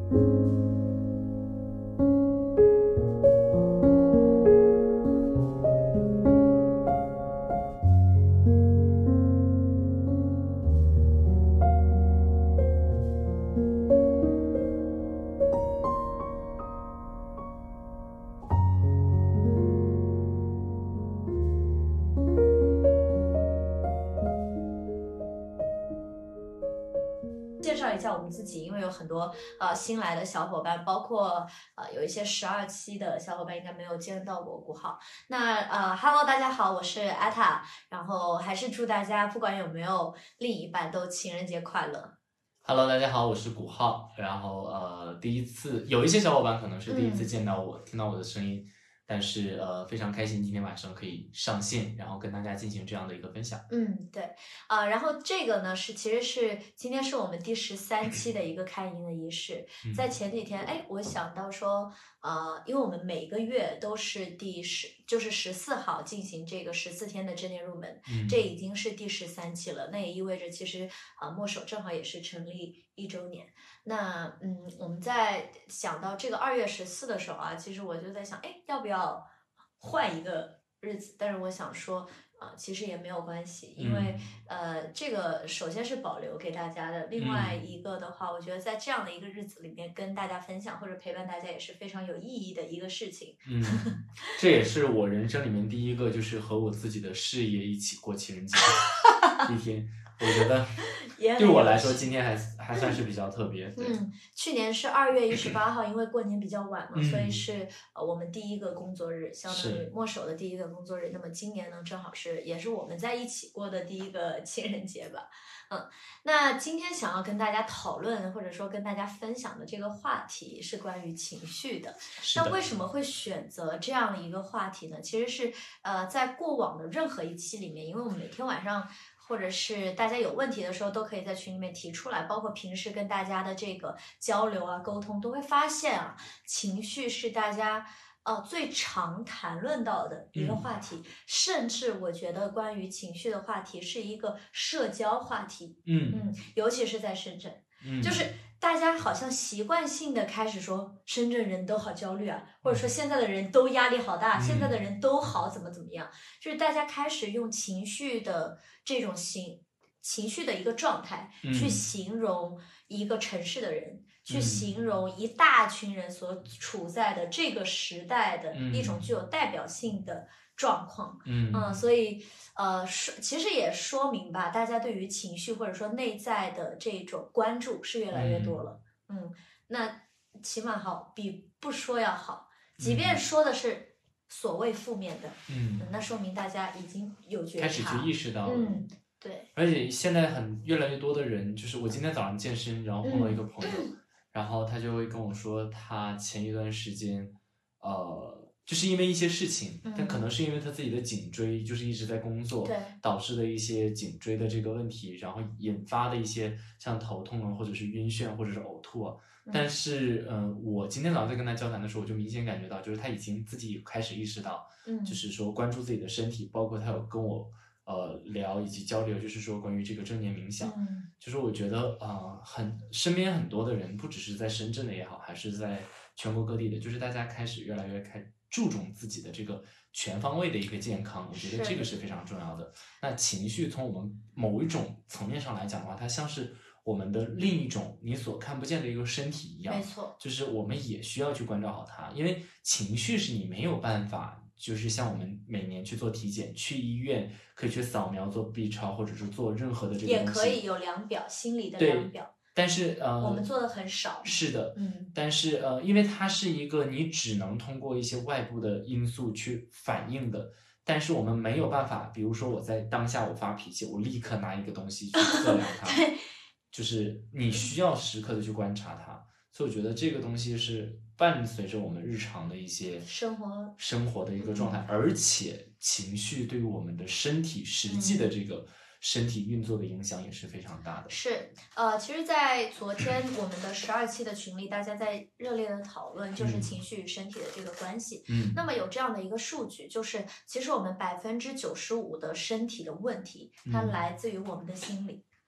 介绍一下我们自己，因为有很多新来的小伙伴，包括有一些12期的小伙伴应该没有见到过古浩。那Hello 大家好，我是阿塔，然后还是祝大家不管有没有另一半都情人节快乐。 Hello，大家好，我是古浩。然后第一次有一些小伙伴可能是第一次见到我，听到我的声音，但是非常开心今天晚上可以上线，然后跟大家进行这样的一个分享。 对，然后这个呢其实是今天是我们第13期的一个开营的仪式。在前几天，我想到说，因为我们每个月都是就是14号进行这个14天的正念入门，这已经是第13期了。那也意味着其实墨守正好也是成立1周年。那我们在想到这个2月14的时候啊，其实我就在想，要不要换一个日子？但是我想说。其实也没有关系，因为这个首先是保留给大家的，另外一个的话，我觉得在这样的一个日子里面跟大家分享或者陪伴大家也是非常有意义的一个事情。 这也是我人生里面第一个就是和我自己的事业一起过情人节一天，我觉得对我来说今天还算是比较特别。 去年是2月18号，因为过年比较晚嘛，所以是我们第一个工作日，相当于墨守的第一个工作日。那么今年呢，正好也是我们在一起过的第一个情人节吧。那今天想要跟大家讨论或者说跟大家分享的这个话题是关于情绪的。那为什么会选择这样的一个话题呢？其实是在过往的任何一期里面，因为我们每天晚上或者是大家有问题的时候都可以在群里面提出来，包括平时跟大家的这个交流啊沟通，都会发现情绪是大家最常谈论到的一个话题，甚至我觉得关于情绪的话题是一个社交话题。尤其是在深圳，就是大家好像习惯性的开始说深圳人都好焦虑啊，或者说现在的人都压力好大，现在的人都好怎么样，就是大家开始用情绪的这种情绪的一个状态去形容一个城市的人，去形容一大群人所处在的这个时代的一种具有代表性的状况。所以其实也说明吧，大家对于情绪或者说内在的这种关注是越来越多了。那起码好，比不说要好。即便说的是所谓负面的，那说明大家已经有觉察， 开始去意识到了。 对。 而且现在越来越多的人，就是我今天早上健身，然后碰到一个朋友，然后他就会跟我说，他前一段时间，就是因为一些事情，但可能是因为他自己的颈椎就是一直在工作，导致的一些颈椎的这个问题，然后引发的一些像头痛啊，或者是晕眩，或者是呕吐啊。但是我今天早上在跟他交谈的时候，我就明显感觉到，就是他已经自己开始意识到，就是说关注自己的身体，包括他有跟我聊以及交流，就是说关于这个正念冥想，就是我觉得身边很多的人，不只是在深圳的也好，还是在全国各地的，就是大家开始越来越注重自己的这个全方位的一个健康，我觉得这个是非常重要的。那情绪从我们某一种层面上来讲的话，它像是我们的另一种你所看不见的一个身体一样， 没错， 就是我们也需要去关照好它，因为情绪是你没有办法，就是像我们每年去做体检，去医院可以去扫描做 B 超，或者是做任何的这个东西， 也可以有量表，心理的量表。 但是我们做的很少。 是的，但是因为它是一个你只能通过一些外部的因素去反映的，但是我们没有办法，比如说我在当下我发脾气，我立刻拿一个东西去测量它，就是你需要时刻的去观察它，所以我觉得这个东西是伴随着我们日常的一些生活的一个状态，而且情绪对于我们的身体实际的这个身体运作的影响也是非常大的。 是，其实在昨天我们的12期的群里，大家在热烈的讨论就是情绪与身体的这个关系。那么有这样的一个数据，就是其实我们95%的身体的问题，它来自于我们的心理。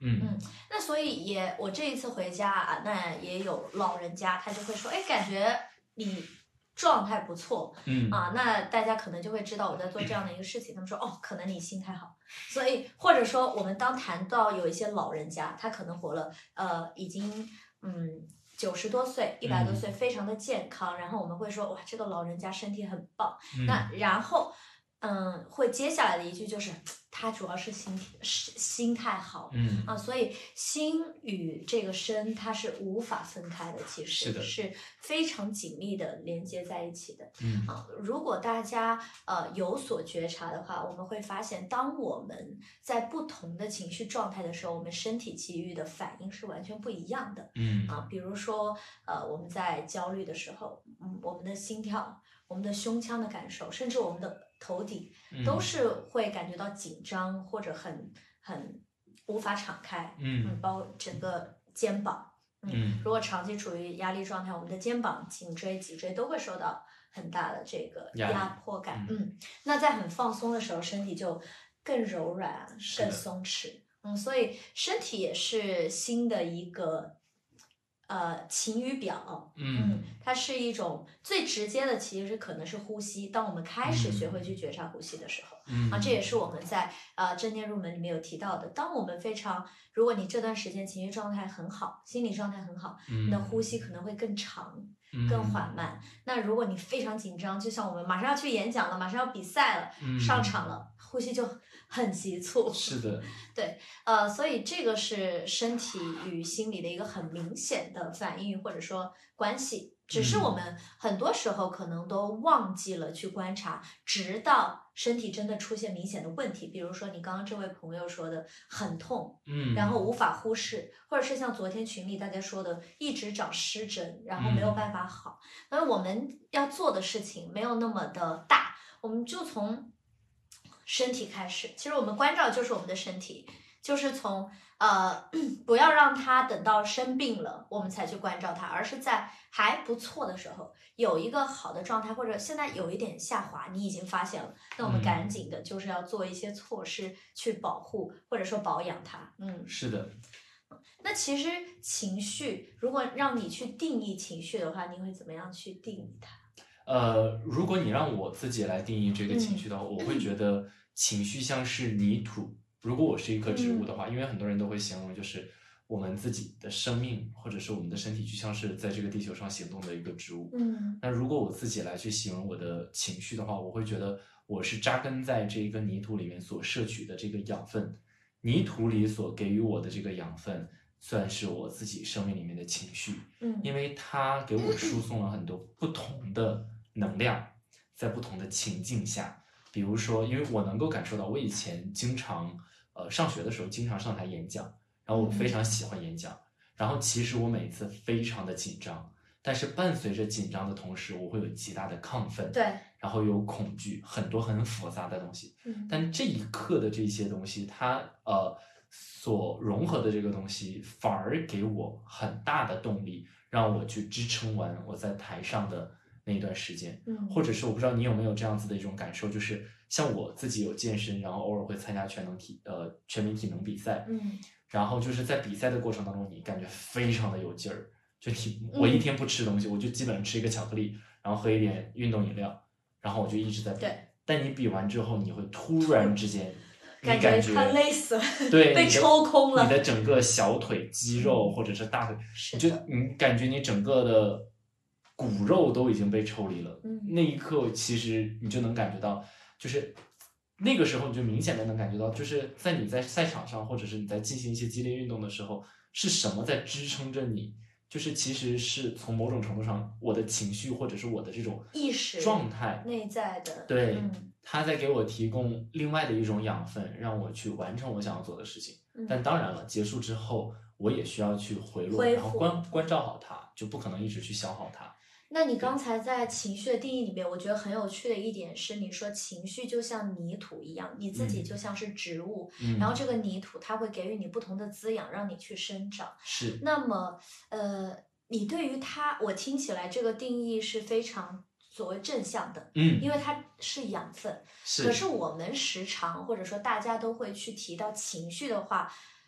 那所以我这一次回家啊，那也有老人家，他就会说，哎，感觉你状态不错，那大家可能就会知道我在做这样的一个事情。他们说，哦，可能你心态好。所以或者说，我们当谈到有一些老人家，他可能活了已经90多岁、100多岁，非常的健康，然后我们会说，哇，这个老人家身体很棒。那然后会接下来的一句就是他主要是心态好，所以心与这个身它是无法分开的，其实是非常紧密的连接在一起的。如果大家有所觉察的话，我们会发现，当我们在不同的情绪状态的时候，我们身体给予的反应是完全不一样的。比如说我们在焦虑的时候，我们的心跳、我们的胸腔的感受，甚至我们的头顶都是会感觉到紧张或者很无法敞开，包括整个肩膀，如果长期处于压力状态，我们的肩膀、颈椎、脊椎都会受到很大的这个压迫感。那在很放松的时候，身体就更柔软、更松弛。所以身体也是心的一个晴雨表。它是一种最直接的，其实可能是呼吸。当我们开始学会去觉察呼吸的时候，这也是我们在正念入门里面有提到的。当我们如果你这段时间情绪状态很好，心理状态很好，你的呼吸可能会更长、更缓慢。那如果你非常紧张，就像我们马上要去演讲了，马上要比赛了，上场了，呼吸就很急促。 是的， 对，所以这个是身体与心理的一个很明显的反应或者说关系，只是我们很多时候可能都忘记了去观察，直到身体真的出现明显的问题，比如说你刚刚这位朋友说的很痛，然后无法忽视，或者是像昨天群里大家说的一直长湿疹，然后没有办法好。那我们要做的事情没有那么的大，我们就从身体开始。其实我们关照就是我们的身体，就是从不要让它等到生病了我们才去关照它，而是在还不错的时候，有一个好的状态，或者现在有一点下滑，你已经发现了，那我们赶紧的就是要做一些措施去保护或者说保养它。 是的。 那其实情绪，如果让你去定义情绪的话，你会怎么样去定义它？ 如果你让我自己来定义这个情绪的话，我会觉得情绪像是泥土。如果我是一棵植物的话，因为很多人都会形容，就是我们自己的生命或者是我们的身体就像是在这个地球上行动的一个植物。那如果我自己来去形容我的情绪的话，我会觉得我是扎根在这个泥土里面所摄取的这个养分，泥土里所给予我的这个养分算是我自己生命里面的情绪。因为它给我输送了很多不同的能量，在不同的情境下。比如说，因为我能够感受到，我以前经常上学的时候经常上台演讲，然后我非常喜欢演讲，然后其实我每次非常的紧张，但是伴随着紧张的同时，我会有极大的亢奋， 对， 然后有恐惧，很多很复杂的东西。但这一刻的这些东西，它所融合的这个东西，反而给我很大的动力，让我去支撑完我在台上的那一段时间。或者是我不知道你有没有这样子的一种感受，就是像我自己有健身，然后偶尔会参加全民体能比赛，然后就是在比赛的过程当中，你感觉非常的有劲儿，就我一天不吃东西，我就基本上吃一个巧克力，然后喝一点运动饮料，然后我就一直在比。 对。 但你比完之后，你会突然之间， 感觉快累死了， 对， 被抽空了， 你的整个小腿肌肉或者是大腿，你感觉你整个的骨肉都已经被抽离了。那一刻，其实你就能感觉到，就是那个时候你就明显的能感觉到，就是在你在赛场上或者是你在进行一些激烈运动的时候，是什么在支撑着你？就是其实是从某种程度上，我的情绪或者是我的这种意识状态内在的， 对，它在给我提供另外的一种养分，让我去完成我想要做的事情。但当然了，结束之后我也需要去回落，然后关照好它，就不可能一直去消耗它。 那你刚才在情绪的定义里面，我觉得很有趣的一点是，你说情绪就像泥土一样，你自己就像是植物，然后这个泥土它会给予你不同的滋养，让你去生长。 是。 那么，你对于它，我听起来这个定义是非常所谓正向的，因为它是养分。可是我们时常或者说大家都会去提到情绪的话，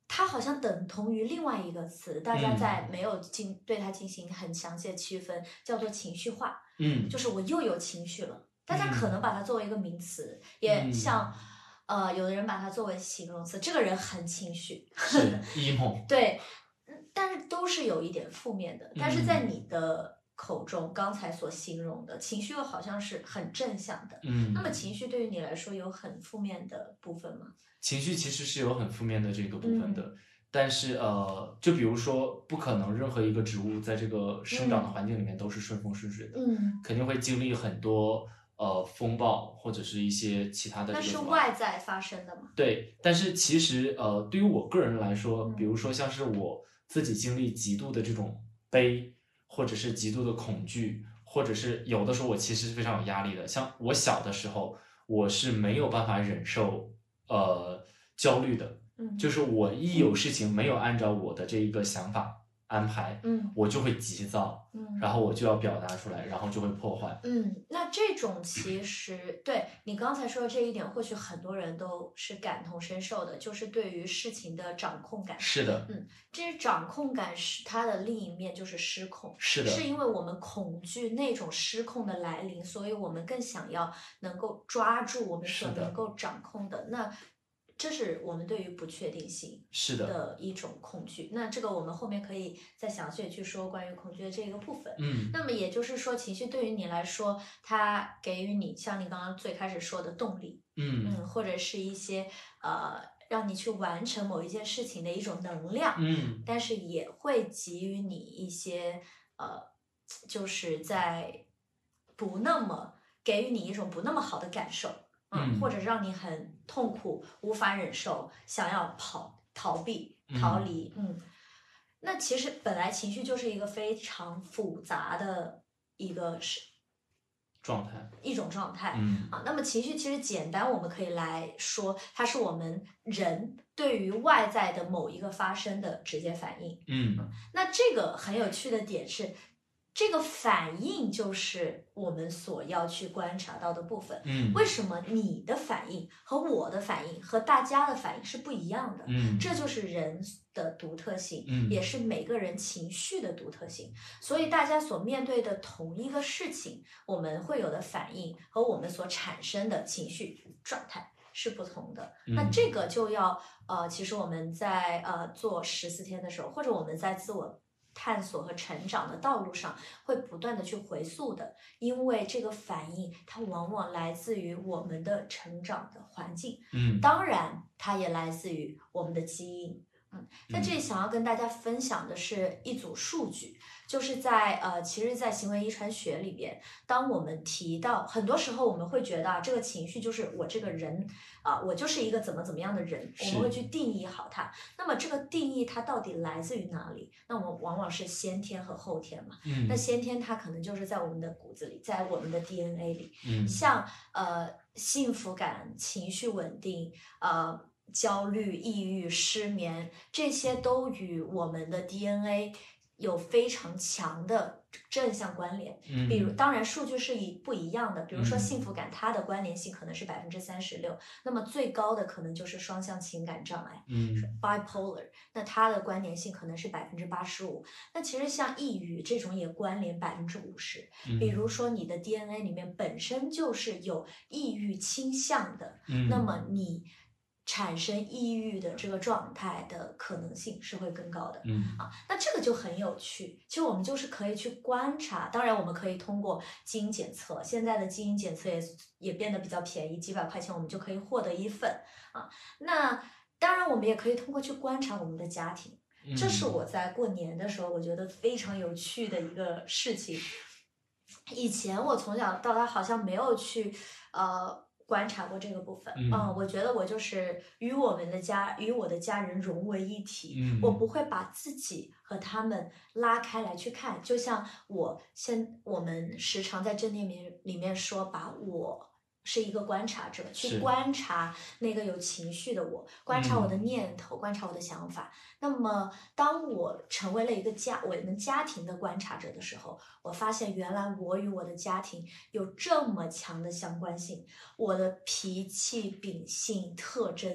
它好像等同于另外一个词，大家在没有对它进行很详细的区分，叫做情绪化。就是我又有情绪了。大家可能把它作为一个名词，也像有的人把它作为形容词，这个人很情绪， 是 emo。 对，但是都是有一点负面的。但是在你的口中，刚才所形容的情绪又好像是很正向的。那么情绪对于你来说有很负面的部分吗？ 情绪其实是有很负面的这个部分的，但是就比如说，不可能任何一个植物在这个生长的环境里面都是顺风顺水的，肯定会经历很多风暴或者是一些其他的。 那是外在发生的吗？ 对，但是其实对于我个人来说，比如说像是我自己经历极度的这种悲，或者是极度的恐惧，或者是有的时候我其实是非常有压力的。像我小的时候，我是没有办法忍受焦虑的，就是我一有事情没有按照我的这一个想法安排，我就会急躁，然后我就要表达出来，然后就会破坏。 那这种其实对你刚才说的这一点，或许很多人都是感同身受的，就是对于事情的掌控感。 是的， 这掌控感是它的另一面，就是失控。 是的， 是因为我们恐惧那种失控的来临，所以我们更想要能够抓住我们所能够掌控的。那这是我们对于不确定性的一种恐惧。那这个我们后面可以再详细去说关于恐惧的这个部分。那么也就是说，情绪对于你来说，它给予你像你刚刚最开始说的动力，或者是一些让你去完成某一件事情的一种能量，但是也会给予你一些就是在不那么给予你一种不那么好的感受。或者让你很痛苦，无法忍受，想要逃避、逃离。那其实本来情绪就是一个非常复杂的一个一种状态。那么情绪其实简单，我们可以来说，它是我们人对于外在的某一个发生的直接反应。那这个很有趣的点是，这个反应就是我们所要去观察到的部分。为什么你的反应和我的反应和大家的反应是不一样的？这就是人的独特性，也是每个人情绪的独特性。所以大家所面对的同一个事情，我们会有的反应和我们所产生的情绪状态是不同的。那这个就要其实我们在做14天的时候，或者我们在自我探索和成长的道路上会不断的去回溯的，因为这个反应它往往来自于我们的成长的环境，当然它也来自于我们的基因。在这里想要跟大家分享的是一组数据，就是其实在行为遗传学里边，当我们提到很多时候我们会觉得这个情绪就是我这个人我就是一个怎么样的人，我们会去定义好它。那么这个定义它到底来自于哪里？那我们往往是先天和后天嘛。那先天它可能就是在我们的骨子里，在我们的 DNA 里。像幸福感、情绪稳定焦虑、抑郁、失眠，这些都与我们的 DNA 有非常强的正向关联。比如，当然数据是不一样的。比如说幸福感，它的关联性可能是36%，那么最高的可能就是双向情感障碍，bipolar， 那它的关联性可能是85%。那其实像抑郁这种也关联50%。比如说你的 DNA 里面本身就是有抑郁倾向的，那么你产生抑郁的这个状态的可能性是会更高的。那这个就很有趣。其实我们就是可以去观察，当然我们可以通过基因检测，现在的基因检测也变得比较便宜，几百块钱我们就可以获得一份那当然我们也可以通过去观察我们的家庭。这是我在过年的时候我觉得非常有趣的一个事情。以前我从小到大好像没有去观察过这个部分。我觉得我就是与我的家人融为一体。我不会把自己和他们拉开来去看。就像我们时常在正念里面说，把我是一个观察者，去观察那个有情绪的我，观察我的念头，观察我的想法。那么当我成为了我们家庭的观察者的时候，我发现原来我与我的家庭有这么强的相关性。我的脾气、秉性、特征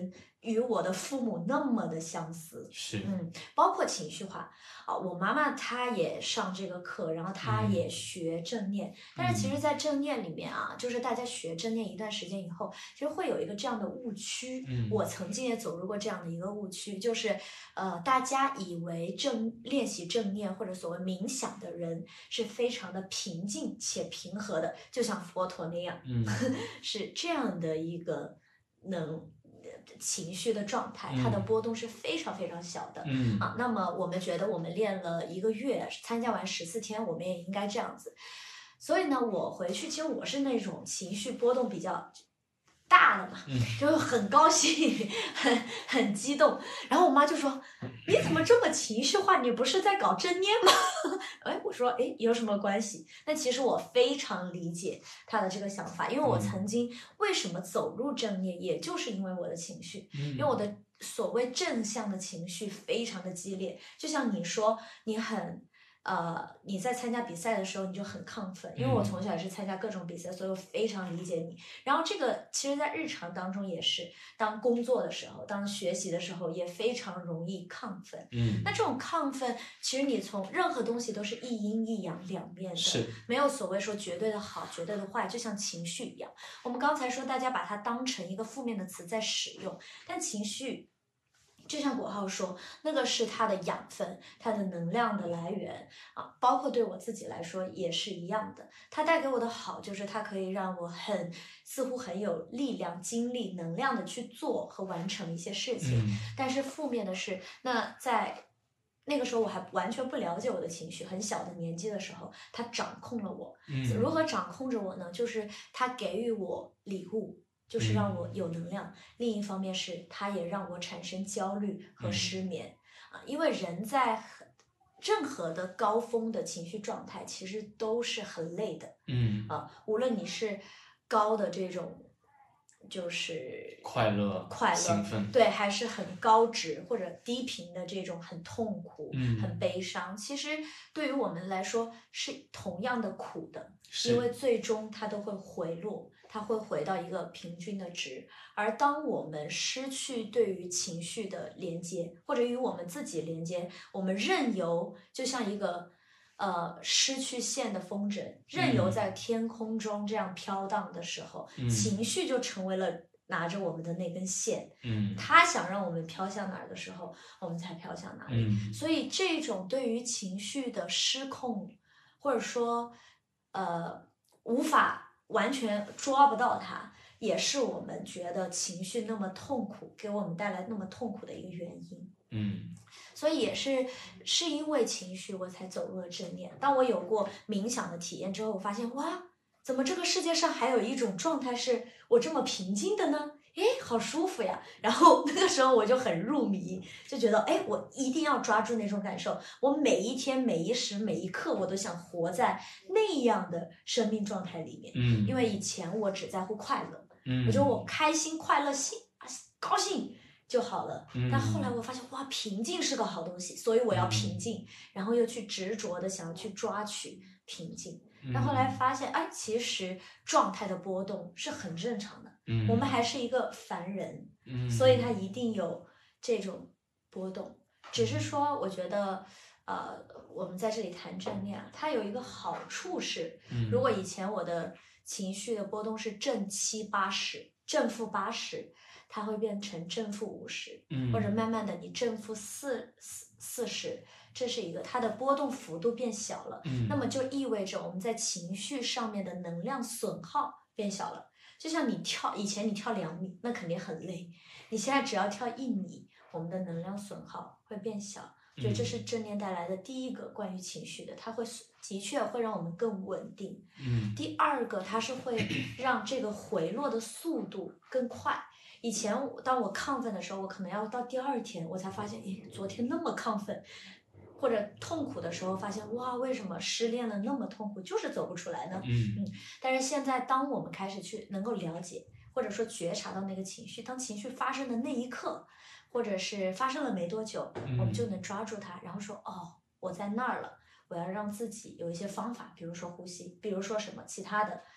与我的父母那么的相似， 是， 包括情绪化啊。我妈妈她也上这个课，然后她也学正念，但是其实，在正念里面啊，就是大家学正念一段时间以后，其实会有一个这样的误区。我曾经也走入过这样的一个误区，就是大家以为练习正念或者所谓冥想的人是非常的平静且平和的，就像佛陀那样，是这样的一个情绪的状态，它的波动是非常非常小的。那么我们觉得我们练了1个月，参加完14天，我们也应该这样子。所以呢，我回去其实我是那种情绪波动比较大了嘛，就很高兴，很激动。然后我妈就说：“你怎么这么情绪化？你不是在搞正念吗？”我说：“有什么关系？”那其实我非常理解她的这个想法，因为我曾经为什么走入正念，也就是因为我的情绪，因为我的所谓正向的情绪非常的激烈，就像你说，你在参加比赛的时候你就很亢奋，因为我从小也是参加各种比赛，所以我非常理解你。然后这个其实在日常当中也是，当工作的时候，当学习的时候也非常容易亢奋。那这种亢奋，其实你从任何东西都是一阴一阳两面的， 是没有所谓说绝对的好，绝对的坏，就像情绪一样。我们刚才说大家把它当成一个负面的词在使用，但情绪，就像国浩说，那个是它的养分，它的能量的来源啊，包括对我自己来说也是一样的。它带给我的好就是它可以让我似乎很有力量、精力、能量的去做和完成一些事情。但是负面的是，那在那个时候我还完全不了解我的情绪，很小的年纪的时候，它掌控了我。如何掌控着我呢？就是它给予我礼物。就是让我有能量，另一方面是它也让我产生焦虑和失眠因为人在任何的高峰的情绪状态，其实都是很累的，无论你是高的这种就是快乐、兴奋， 对，还是很高值或者低频的这种很痛苦、很悲伤，其实对于我们来说是同样的苦的，因为最终它都会回落。它会回到一个平均的值，而当我们失去对于情绪的连接，或者与我们自己连接，我们任由就像一个失去线的风筝，任由在天空中这样飘荡的时候，情绪就成为了拿着我们的那根线，他想让我们飘向哪儿的时候，我们才飘向哪里。所以这种对于情绪的失控，或者说无法完全抓不到它，也是我们觉得情绪那么痛苦，给我们带来那么痛苦的一个原因。所以也是因为情绪，我才走入了正念。当我有过冥想的体验之后，我发现哇，怎么这个世界上还有一种状态是我这么平静的呢？好舒服呀！然后那个时候我就很入迷，就觉得我一定要抓住那种感受，我每一天、每一时、每一刻，我都想活在那样的生命状态里面。因为以前我只在乎快乐，我觉得我开心、快乐、高兴就好了。但后来我发现，哇，平静是个好东西，所以我要平静，然后又去执着的想要去抓取平静。但后来发现，其实状态的波动是很正常的。我们还是一个凡人，所以它一定有这种波动。只是说，我觉得，我们在这里谈正念，它有一个好处是，如果以前我的情绪的波动是正7、80，正负80，它会变成正负50，或者慢慢的你正负40，这是一个它的波动幅度变小了。那么就意味着我们在情绪上面的能量损耗变小了。就像以前你跳2米，那肯定很累，你现在只要跳1米，我们的能量损耗会变小。所以这是正念带来的第一个关于情绪的，它的确会让我们更稳定。第二个，它是会让这个回落的速度更快。以前当我亢奋的时候，我可能要到第2天我才发现，昨天那么亢奋，或者痛苦的时候发现，哇，为什么失恋了那么痛苦，就是走不出来呢？但是现在当我们开始去能够了解，或者说觉察到那个情绪，当情绪发生的那一刻，或者是发生了没多久，我们就能抓住它，然后说，我在那儿了，我要让自己有一些方法，比如说呼吸，比如说什么其他的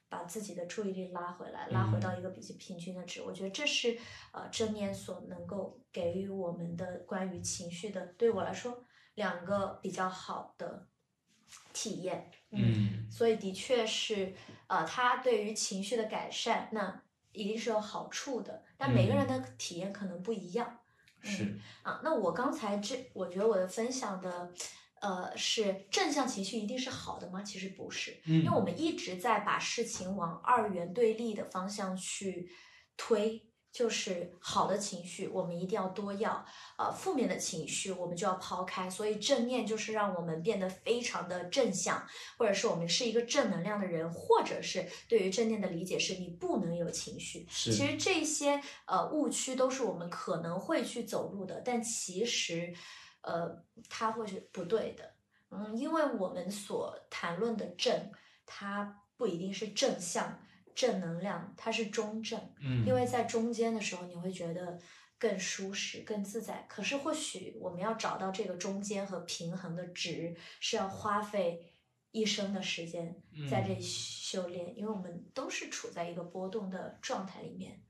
把自己的注意力拉回来，拉回到一个比较平均的值。我觉得这是正念所能够给予我们的关于情绪的，对我来说2个比较好的体验。所以的确是它对于情绪的改善，那一定是有好处的，但每个人的体验可能不一样。 是那我刚才我觉得我的分享的是正向情绪一定是好的吗？其实不是，因为我们一直在把事情往2元对立的方向去推，就是好的情绪我们一定要多要，负面的情绪我们就要抛开。所以正念就是让我们变得非常的正向，或者是我们是一个正能量的人，或者是对于正念的理解是你不能有情绪。其实这些误区都是我们可能会去走入的，但其实它会是不对的。因为我们所谈论的正，它不一定是正向正能量，它是中正。因为在中间的时候你会觉得更舒适更自在，可是或许我们要找到这个中间和平衡的值，是要花费一生的时间在这里修炼，因为我们都是处在一个波动的状态里面。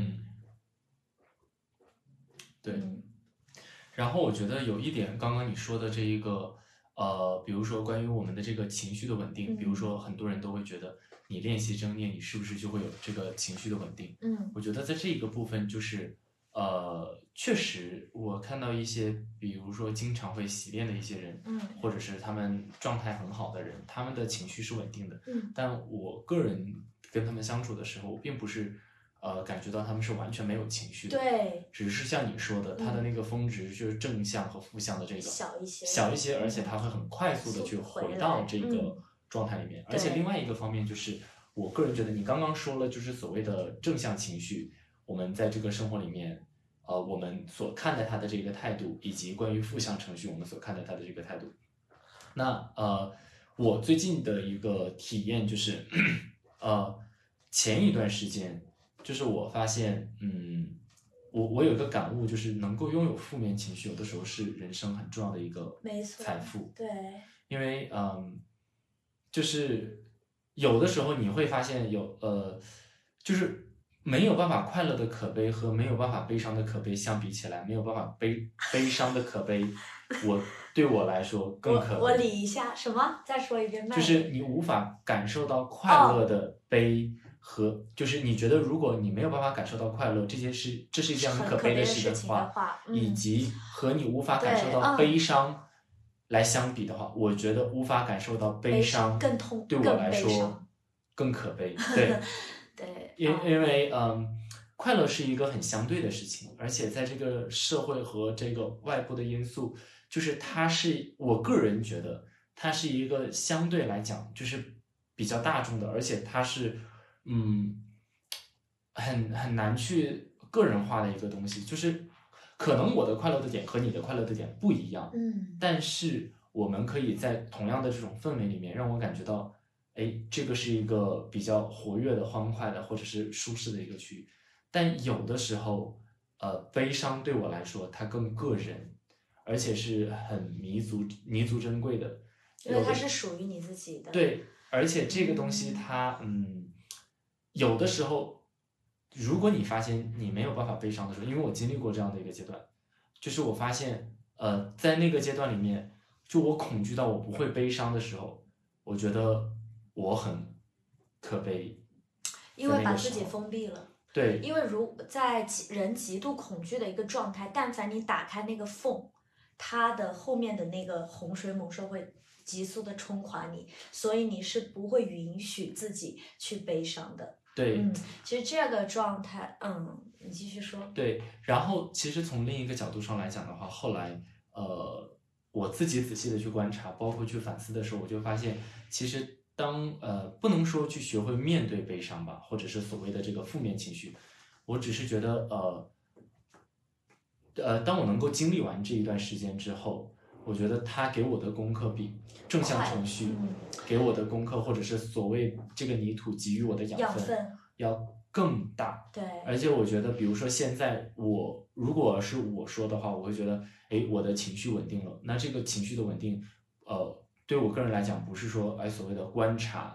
对。然后我觉得有一点，刚刚你说的这一个比如说关于我们的这个情绪的稳定，比如说很多人都会觉得你练习正念，你是不是就会有这个情绪的稳定？我觉得在这一个部分就是确实我看到一些比如说经常会洗练的一些人，或者是他们状态很好的人，他们的情绪是稳定的。但我个人跟他们相处的时候，我并不是感觉到他们是完全没有情绪的， 对， 只是像你说的，他的那个峰值就是正向和负向的这个小一些， 而且他会很快速的去回到这个状态里面。而且另外一个方面就是，我个人觉得你刚刚说了，就是所谓的正向情绪，我们在这个生活里面，我们所看待他的这个态度，以及关于负向程序我们所看待他的这个态度。那我最近的一个体验就是前一段时间。就是我发现，我有一个感悟，就是能够拥有负面情绪，有的时候是人生很重要的一个财富。 对， 因为就是有的时候你会发现就是没有办法快乐的可悲和没有办法悲伤的可悲相比起来，没有办法悲伤的可悲，对我来说更可悲。 我理一下，什么？再说一遍。 就是你无法感受到快乐的悲。和就是你觉得，如果你没有办法感受到快乐，这是一件很可悲的事的话，以及和你无法感受到悲伤来相比的话，我觉得无法感受到悲伤更痛， 对我来说更可悲。对， 对， 因为快乐是一个很相对的事情，而且在这个社会和这个外部的因素，就是我个人觉得它是一个相对来讲就是比较大众的，而且它是。很难去个人化的一个东西，就是可能我的快乐的点和你的快乐的点不一样，但是我们可以在同样的这种氛围里面，让我感觉到，这个是一个比较活跃的、欢快的，或者是舒适的一个区域。但有的时候，悲伤对我来说，它更个人，而且是很弥足珍贵的， 因为它是属于你自己的。 对，而且这个东西它有的时候，如果你发现你没有办法悲伤的时候，因为我经历过这样的一个阶段，就是我发现，在那个阶段里面，就我恐惧到我不会悲伤的时候，我觉得我很可悲， 因为把自己封闭了。 对， 因为在人极度恐惧的一个状态，但凡你打开那个缝，它的后面的那个洪水猛兽会急速的冲垮你，所以你是不会允许自己去悲伤的。 对， 其实这个状态，你继续说。 对，然后其实从另一个角度上来讲的话，后来我自己仔细的去观察，包括去反思的时候，我就发现，其实不能说去学会面对悲伤吧，或者是所谓的这个负面情绪，我只是觉得当我能够经历完这一段时间之后，我觉得他给我的功课比正向程序给我的功课，或者是所谓这个泥土给予我的养分要更大。 对， 而且我觉得，比如说现在如果是我说的话，我会觉得，我的情绪稳定了。那这个情绪的稳定，对我个人来讲，不是说所谓的观察，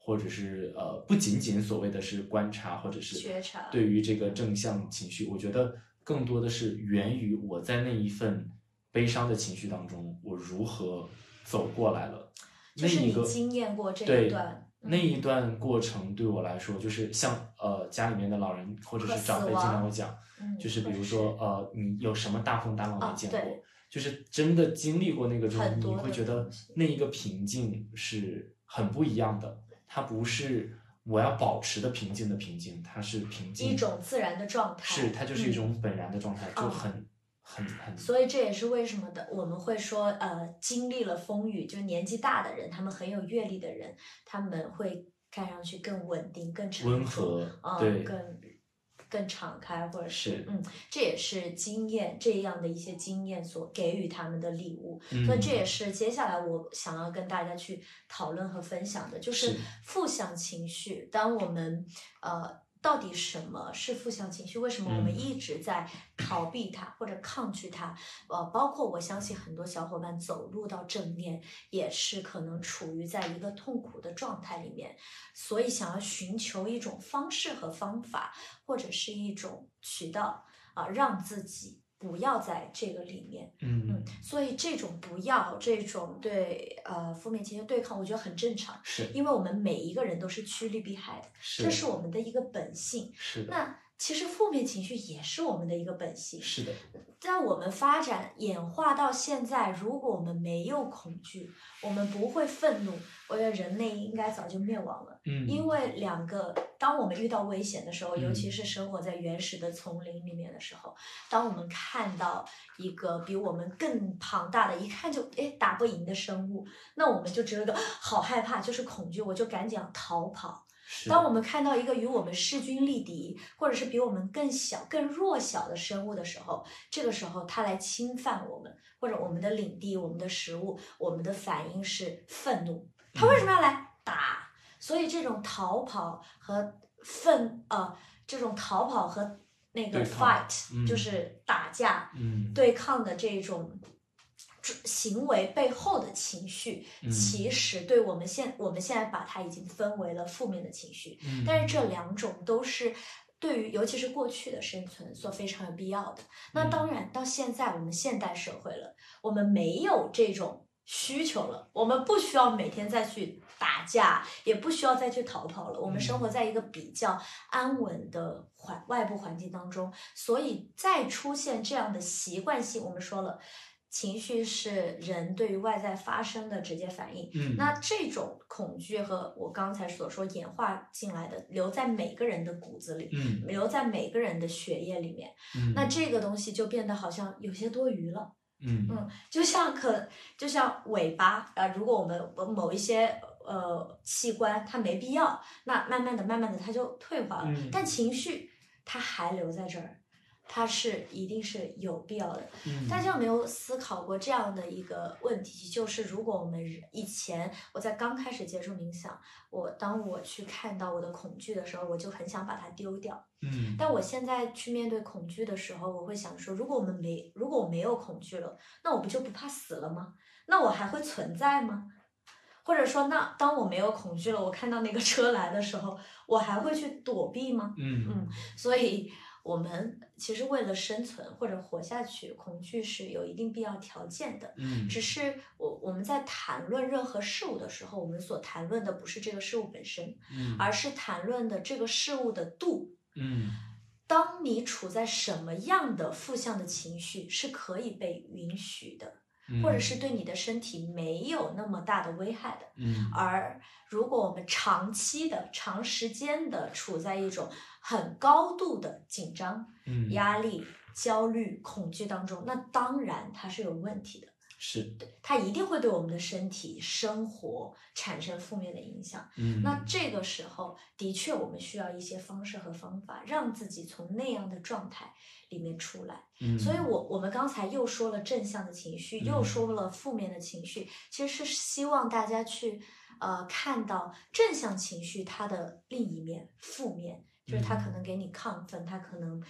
或者是不仅仅所谓的是观察或者是觉察， 对于这个正向情绪，我觉得更多的是源于我在那一份悲伤的情绪当中，我如何走过来了。 就是你经验过这一段， 那一段过程对我来说，就是像家里面的老人或者是长辈经常会讲，就是比如说你有什么大风大浪没见过，就是真的经历过那个之后，你会觉得那一个平静是很不一样的，它不是我要保持的平静的平静，它是平静一种自然的状态， 是它就是一种本然的状态，就很。 所以这也是为什么的我们会说经历了风雨，就年纪大的人，他们很有阅历的人，他们会看上去更稳定、更沉温和，对， 更敞开，或者是这也是经验这样的一些经验所给予他们的礼物。所以这也是接下来我想要跟大家去讨论和分享的，就是负向情绪。当我们到底什么是负向情绪？为什么我们一直在逃避它或者抗拒它？包括我相信很多小伙伴走入到正面，也是可能处于在一个痛苦的状态里面，所以想要寻求一种方式和方法，或者是一种渠道让自己不要在这个里面，所以这种不要，这种对负面情绪对抗，我觉得很正常， 是因为我们每一个人都是趋利避害的，这是我们的一个本性。 是的。 那其实负面情绪也是我们的一个本性。 是的。 在我们发展演化到现在，如果我们没有恐惧，我们不会愤怒，我觉得人类应该早就灭亡了。因为当我们遇到危险的时候，尤其是生活在原始的丛林里面的时候，当我们看到一个比我们更庞大的，一看就打不赢的生物，那我们就觉得好害怕，就是恐惧，我就赶紧要逃跑。当我们看到一个与我们势均力敌，或者是比我们更小、更弱小的生物的时候，这个时候它来侵犯我们，或者我们的领地、我们的食物，我们的反应是愤怒。它为什么要来打？所以这种逃跑和这种逃跑和那个 fight，就是打架、对抗的这种行为背后的情绪，其实对我们现在把它已经分为了负面的情绪，但是这两种都是对于尤其是过去的生存所非常有必要的。那当然到现在我们现代社会了，我们没有这种需求了，我们不需要每天再去打架，也不需要再去逃跑了，我们生活在一个比较安稳的外部环境当中，所以再出现这样的习惯性，我们说了，情绪是人对于外在发生的直接反应。那这种恐惧和我刚才所说演化进来的，留在每个人的骨子里，留在每个人的血液里面，那这个东西就变得好像有些多余了。就像尾巴如果我们某一些器官它没必要，那慢慢的它就退化了。但情绪它还留在这儿，它是一定是有必要的。大家有没有思考过这样的一个问题？就是如果我们以前我在刚开始接触冥想，当我去看到我的恐惧的时候，我就很想把它丢掉。但我现在去面对恐惧的时候，我会想说，如果我没有恐惧了，那我不就不怕死了吗？那我还会存在吗？或者说，那当我没有恐惧了，我看到那个车来的时候，我还会去躲避吗？所以我们其实为了生存或者活下去，恐惧是有一定必要条件的。只是我们在谈论任何事物的时候，我们所谈论的不是这个事物本身，而是谈论的这个事物的度。当你处在什么样的负向的情绪是可以被允许的，或者是对你的身体没有那么大的危害的。而如果我们长时间的处在一种很高度的紧张、压力、焦虑、恐惧当中，那当然它是有问题的。 是， 它一定会对我们的身体、生活产生负面的影响。那这个时候，的确我们需要一些方式和方法，让自己从那样的状态里面出来。所以我们刚才又说了正向的情绪，又说了负面的情绪，其实是希望大家去看到正向情绪它的另一面，负面就是它可能给你亢奋，它可能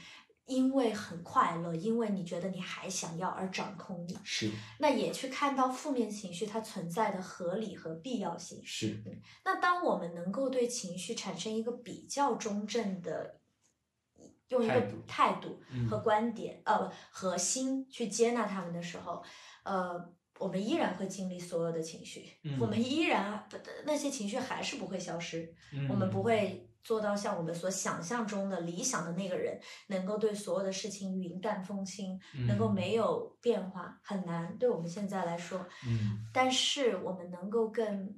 因为很快乐，因为你觉得你还想要而掌控你。 是。 那也去看到负面情绪它存在的合理和必要性。 是。 那当我们能够对情绪产生一个比较中正的，用一个态度和观点，和心去接纳他们的时候，我们依然会经历所有的情绪，我们依然那些情绪还是不会消失，我们不会做到像我们所想象中的理想的那个人，能够对所有的事情云淡风轻，能够没有变化，很难对我们现在来说。但是我们能够更，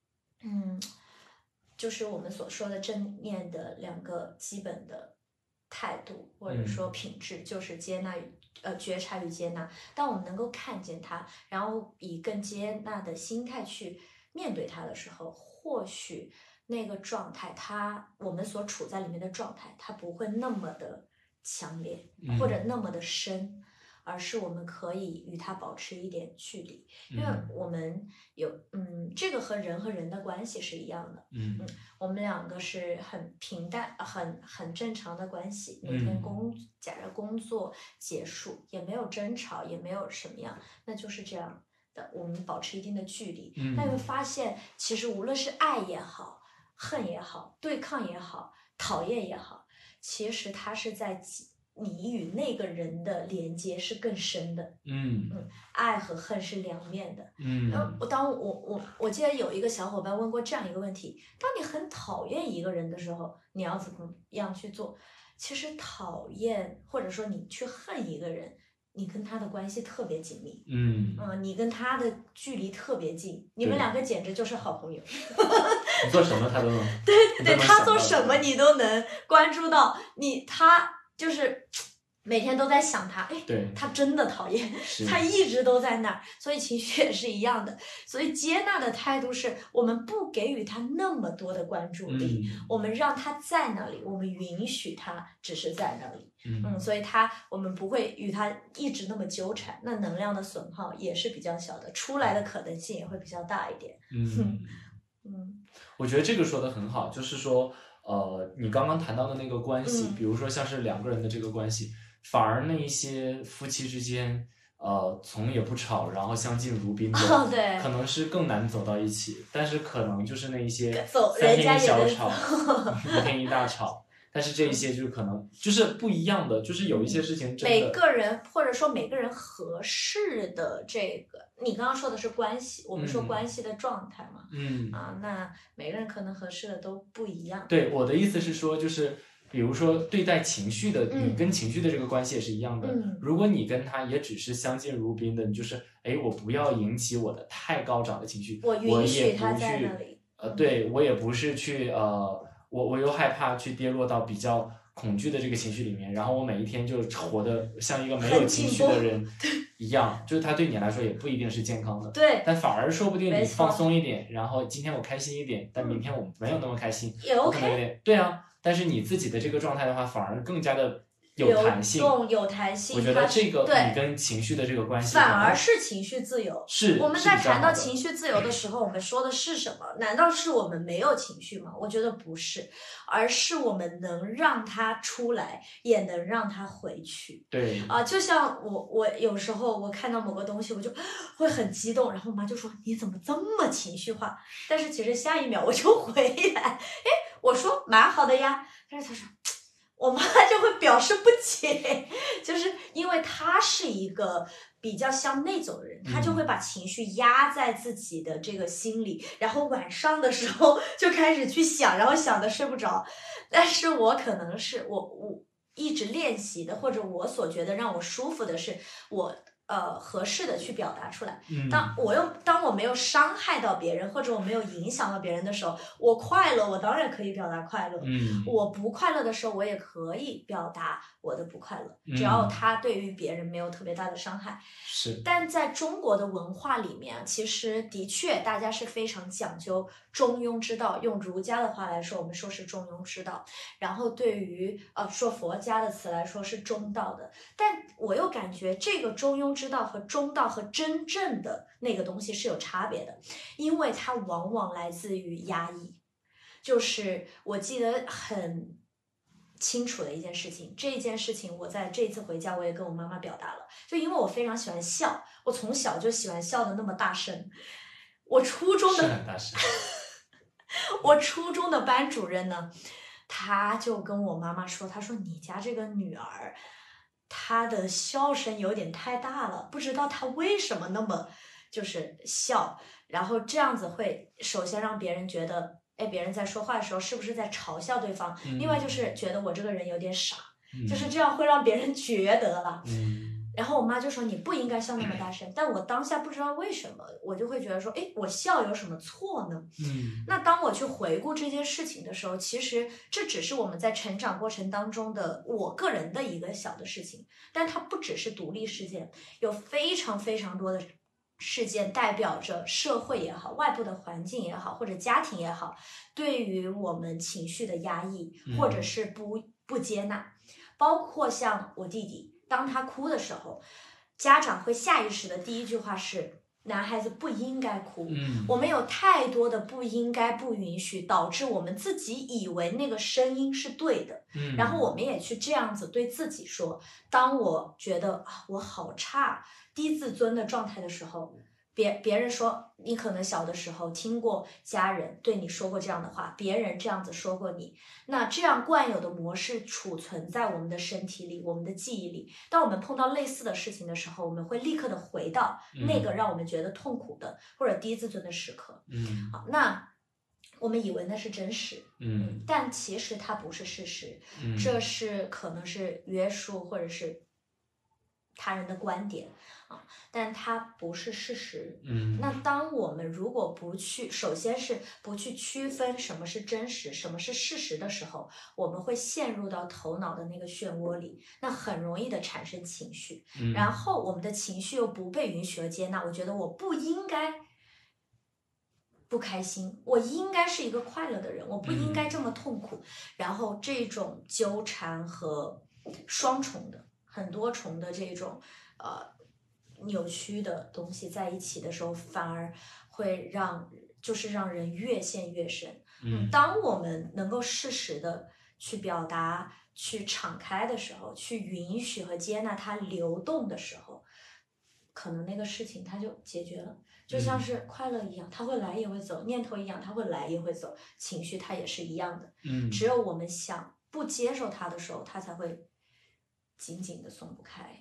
就是我们所说的正面的2个基本的态度或者说品质，就是接纳觉察与接纳。当我们能够看见它，然后以更接纳的心态去面对它的时候，或许那个状态，我们所处在里面的状态，它不会那么的强烈或者那么的深，而是我们可以与它保持一点距离，因为我们有这个和人的关系是一样的。我们2个是很平淡、很正常的关系，每天假如工作结束，也没有争吵，也没有什么样，那就是这样的，我们保持一定的距离。那你会发现，其实无论是爱也好，恨也好，对抗也好，讨厌也好，其实它是在你与那个人的连接是更深的。爱和恨是两面的。当我记得有一个小伙伴问过这样一个问题：当你很讨厌一个人的时候，你要怎么样去做？其实讨厌或者说你去恨一个人，你跟他的关系特别紧密。你跟他的距离特别近，你们2个简直就是好朋友。 你做什么他都能对，他做什么你都能关注到他就是每天都在想他，他真的讨厌，他一直都在那儿，所以情绪也是一样的。所以接纳的态度是我们不给予他那么多的关注力，我们让他在那里，我们允许他只是在那里。所以我们不会与他一直那么纠缠，那能量的损耗也是比较小的，出来的可能性也会比较大一点。 我觉得这个说的很好，就是说你刚刚谈到的那个关系，比如说像是2个人的这个关系，反而那一些夫妻之间从也不吵，然后相敬如宾的，可能是更难走到一起。但是可能就是那一些3天一小吵5天一大吵，但是这一些就是可能就是不一样的，就是有一些事情真的每个人或者说每个人合适的这个，你刚刚说的是关系，我们说关系的状态嘛。那每个人可能合适的都不一样。 对，我的意思是说，就是比如说对待情绪的，你跟情绪的这个关系也是一样的。如果你跟他也只是相敬如宾的，你就是我不要引起我的太高涨的情绪， 我允许他在那里。 对，我也不是去我又害怕去跌落到比较恐惧的这个情绪里面，然后我每一天就活得像一个没有情绪的人一样，就是他对你来说也不一定是健康的。 对， 但反而说不定你放松一点，然后今天我开心一点，但明天我没有那么开心， 也 OK。 可能有点对啊，但是你自己的这个状态的话，反而更加的有弹性， 有弹性。 我觉得这个你跟情绪的这个关系反而是情绪自由。 是我们在谈到情绪自由的时候，我们说的是什么？难道是我们没有情绪吗？我觉得不是，而是我们能让它出来，也能让它回去。 对就像我有时候我看到某个东西，我就会很激动，然后我妈就说你怎么这么情绪化？但是其实下一秒我就回来，我说蛮好的呀，但是她说。我妈就会表示不解，就是因为她是一个比较向内走的人，她就会把情绪压在自己的这个心里，然后晚上的时候就开始去想，然后想的睡不着。但是我可能是我一直练习的，或者我所觉得让我舒服的是我合适的去表达出来。当我没有伤害到别人，或者我没有影响到别人的时候，我快乐，我当然可以表达快乐。我不快乐的时候，我也可以表达我的不快乐，只要它对于别人没有特别大的伤害。 是。 但在中国的文化里面，其实的确大家是非常讲究中庸之道。用儒家的话来说，我们说是中庸之道。然后对于说佛家的词来说是中道的。但我又感觉这个中庸之道和中道和真正的那个东西是有差别的，因为它往往来自于压抑。就是我记得清楚的一件事情。这件事情我在这一次回家我也跟我妈妈表达了，就因为我非常喜欢笑，我从小就喜欢笑的那么大声。我初中的是很大声。 我初中的班主任呢，他就跟我妈妈说，他说你家这个女儿，她的笑声有点太大了，不知道她为什么那么就是笑，然后这样子会首先让别人觉得，哎，别人在说话的时候是不是在嘲笑对方？另外就是觉得我这个人有点傻，就是这样会让别人觉得了。然后我妈就说你不应该笑那么大声，但我当下不知道为什么，我就会觉得说，哎，我笑有什么错呢？那当我去回顾这件事情的时候，其实这只是我们在成长过程当中的我个人的一个小的事情，但它不只是独立事件，有非常非常多的事件代表着社会也好，外部的环境也好，或者家庭也好，对于我们情绪的压抑，或者是不接纳，包括像我弟弟。当他哭的时候，家长会下意识的第一句话是男孩子不应该哭。我们有太多的不应该不允许，导致我们自己以为那个声音是对的。然后我们也去这样子对自己说，当我觉得我好差，低自尊的状态的时候，别人说你可能小的时候听过家人对你说过这样的话，别人这样子说过你，那这样惯有的模式储存在我们的身体里，我们的记忆里。当我们碰到类似的事情的时候，我们会立刻的回到那个让我们觉得痛苦的或者低自尊的时刻。好，那我们以为那是真实，但其实它不是事实，这是可能是约束或者是他人的观点啊，但它不是事实。那当我们如果首先是不去区分什么是真实，什么是事实的时候，我们会陷入到头脑的那个漩涡里，那很容易的产生情绪，然后我们的情绪又不被允许和接纳。我觉得我不应该不开心，我应该是一个快乐的人，我不应该这么痛苦。然后这种纠缠和双重的很多重的这种扭曲的东西在一起的时候，反而会让人越陷越深。当我们能够适时的去表达、去敞开的时候，去允许和接纳它流动的时候，可能那个事情它就解决了。就像是快乐一样，它会来也会走；念头一样，它会来也会走；情绪它也是一样的。只有我们想不接受它的时候，它才会紧紧的松不开。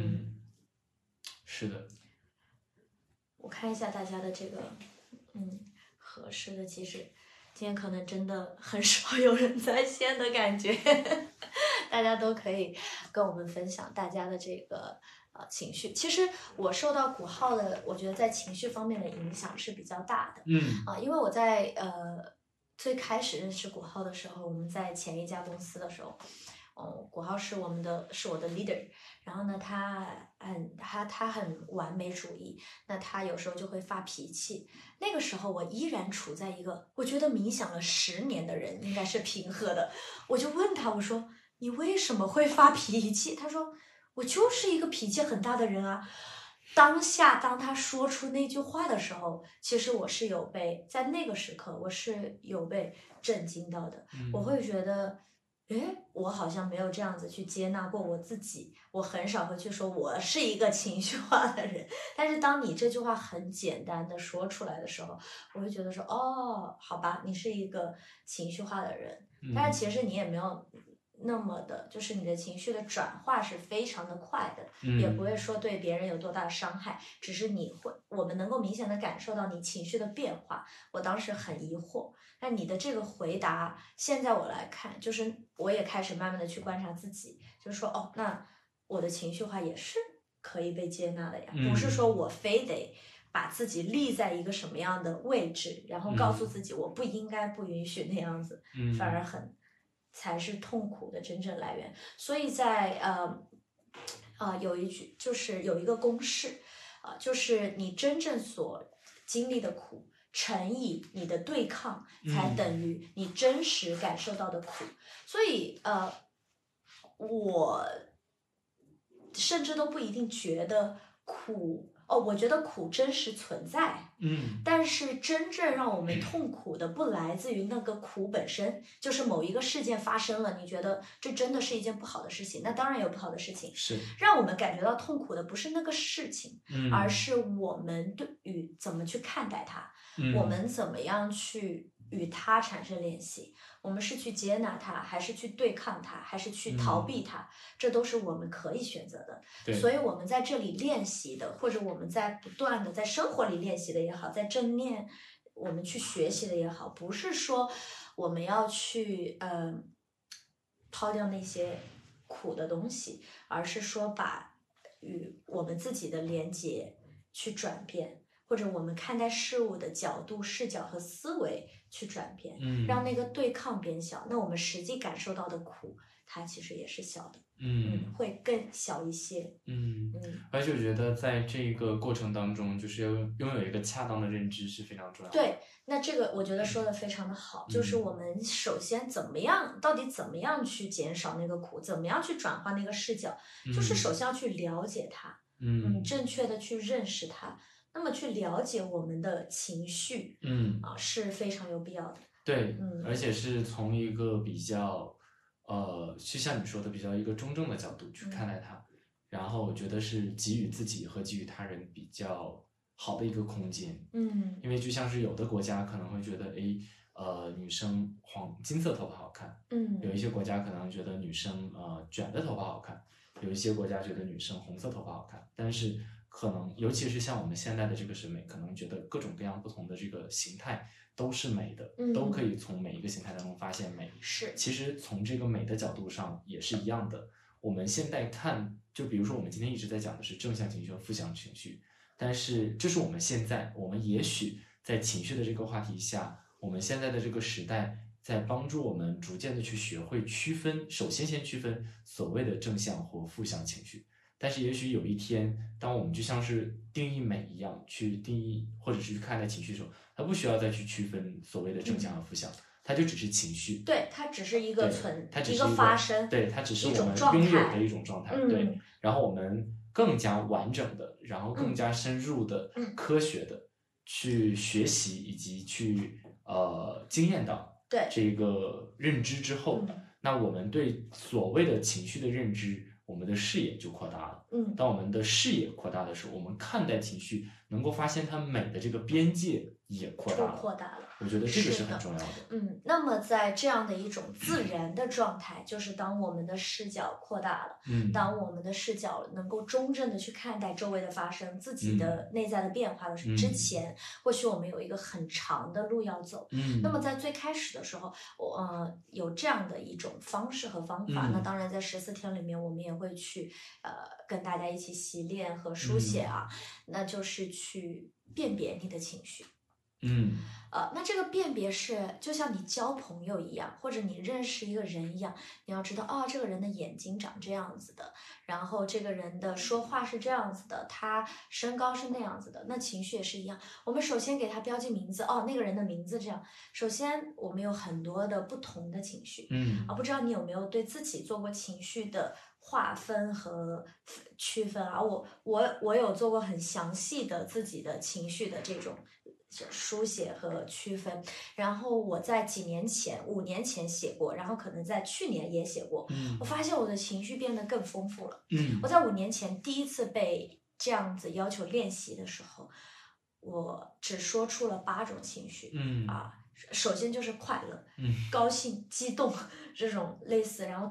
是的。 我看一下大家的这个合适的，其实今天可能真的很少有人在线的感觉，大家都可以跟我们分享大家的这个情绪。其实我受到古浩的，我觉得在情绪方面的影响是比较大的。因为我在最开始认识古浩的时候，我们在前一家公司的时候。古浩是我的 leader， 然后呢，他很完美主义，那他有时候就会发脾气。那个时候我依然处在一个我觉得冥想了10年的人应该是平和的，我就问他，我说你为什么会发脾气？他说我就是一个脾气很大的人啊。当他说出那句话的时候，其实我是在那个时刻我是有被震惊到的，我会觉得。我好像没有这样子去接纳过我自己，我很少会去说我是一个情绪化的人。但是当你这句话很简单的说出来的时候，我会觉得说，哦，好吧，你是一个情绪化的人，但是其实你也没有那么的，就是你的情绪的转化是非常的快的，也不会说对别人有多大的伤害，只是我们能够明显的感受到你情绪的变化。我当时很疑惑。但你的这个回答，现在我来看，就是我也开始慢慢的去观察自己，就是说，哦，那我的情绪化也是可以被接纳的呀，不是说我非得把自己立在一个什么样的位置，然后告诉自己我不应该不允许那样子，反而才是痛苦的真正来源。所以在有一句就是有一个公式就是你真正所经历的苦。乘以你的对抗，才等于你真实感受到的苦。所以我甚至都不一定觉得苦我觉得苦真实存在，但是真正让我们痛苦的不来自于那个苦本身，就是某一个事件发生了，你觉得这真的是一件不好的事情，那当然有不好的事情， 是让我们感觉到痛苦的不是那个事情，而是我们对于怎么去看待它，我们怎么样去与它产生联系，我们是去接纳它，还是去对抗它，还是去逃避它，这都是我们可以选择的。所以我们在这里练习的，或者我们在不断的在生活里练习的也好，在正念我们去学习的也好，不是说我们要去抛掉那些苦的东西，而是说把与我们自己的连结去转变，或者我们看待事物的角度、视角和思维去转变，让那个对抗变小，那我们实际感受到的苦，它其实也是小的，会更小一些。 而且我觉得在这个过程当中，就是要拥有一个恰当的认知是非常重要的。 对，那这个我觉得说的非常的好，就是我们首先到底怎么样去减少那个苦，怎么样去转换那个视角，就是首先要去了解它，正确的去认识它。那么去了解我们的情绪，是非常有必要的。 对，而且是从一个比较，就像你说的，比较一个中正的角度去看待它，然后我觉得是给予自己和给予他人比较好的一个空间。因为就像是有的国家可能会觉得，女生金色头发好看，有一些国家可能觉得女生卷的头发好看，有一些国家觉得女生红色头发好看，但是可能尤其是像我们现在的这个审美，可能觉得各种各样不同的这个形态都是美的，都可以从每一个形态当中发现美。 是， 其实从这个美的角度上也是一样的。我们现在看，就比如说我们今天一直在讲的是正向情绪和负向情绪，但是这是我们现在，我们也许在情绪的这个话题下，我们现在的这个时代在帮助我们逐渐的去学会区分，首先先区分所谓的正向或负向情绪。但是也许有一天，当我们就像是定义美一样去定义或者是去看待情绪的时候，它不需要再去区分所谓的正向和负向，它就只是情绪。 对，它只是一个一个发生， 对，它只是我们拥有的一种状态。对，然后我们更加完整的，然后更加深入的、科学的去学习以及去经验到这个认知之后，那我们对所谓的情绪的认知，我们的视野就扩大了。当我们的视野扩大的时候，我们看待情绪能够发现它美的这个边界也扩大了。我觉得这个是很重要的。 那么在这样的一种自然的状态，就是当我们的视角扩大了，当我们的视角能够中正的去看待周围的发生，自己的内在的变化的时候，之前或许我们有一个很长的路要走。那么在最开始的时候，有这样的一种方式和方法。那当然在14天里面，我们也会去跟大家一起习练和书写啊，那就是去辨别你的情绪。那这个辨别是就像你交朋友一样，或者你认识一个人一样，你要知道这个人的眼睛长这样子的，然后这个人的说话是这样子的，他身高是那样子的，那情绪也是一样。我们首先给他标记名字，那个人的名字这样。首先我们有很多的不同的情绪，不知道你有没有对自己做过情绪的划分和区分啊？我有做过很详细的自己的情绪的这种书写和区分，然后我在5年前写过，然后可能在去年也写过，我发现我的情绪变得更丰富了。我在5年前第一次被这样子要求练习的时候，我只说出了8种情绪，首先就是快乐，高兴、激动这种类似，然后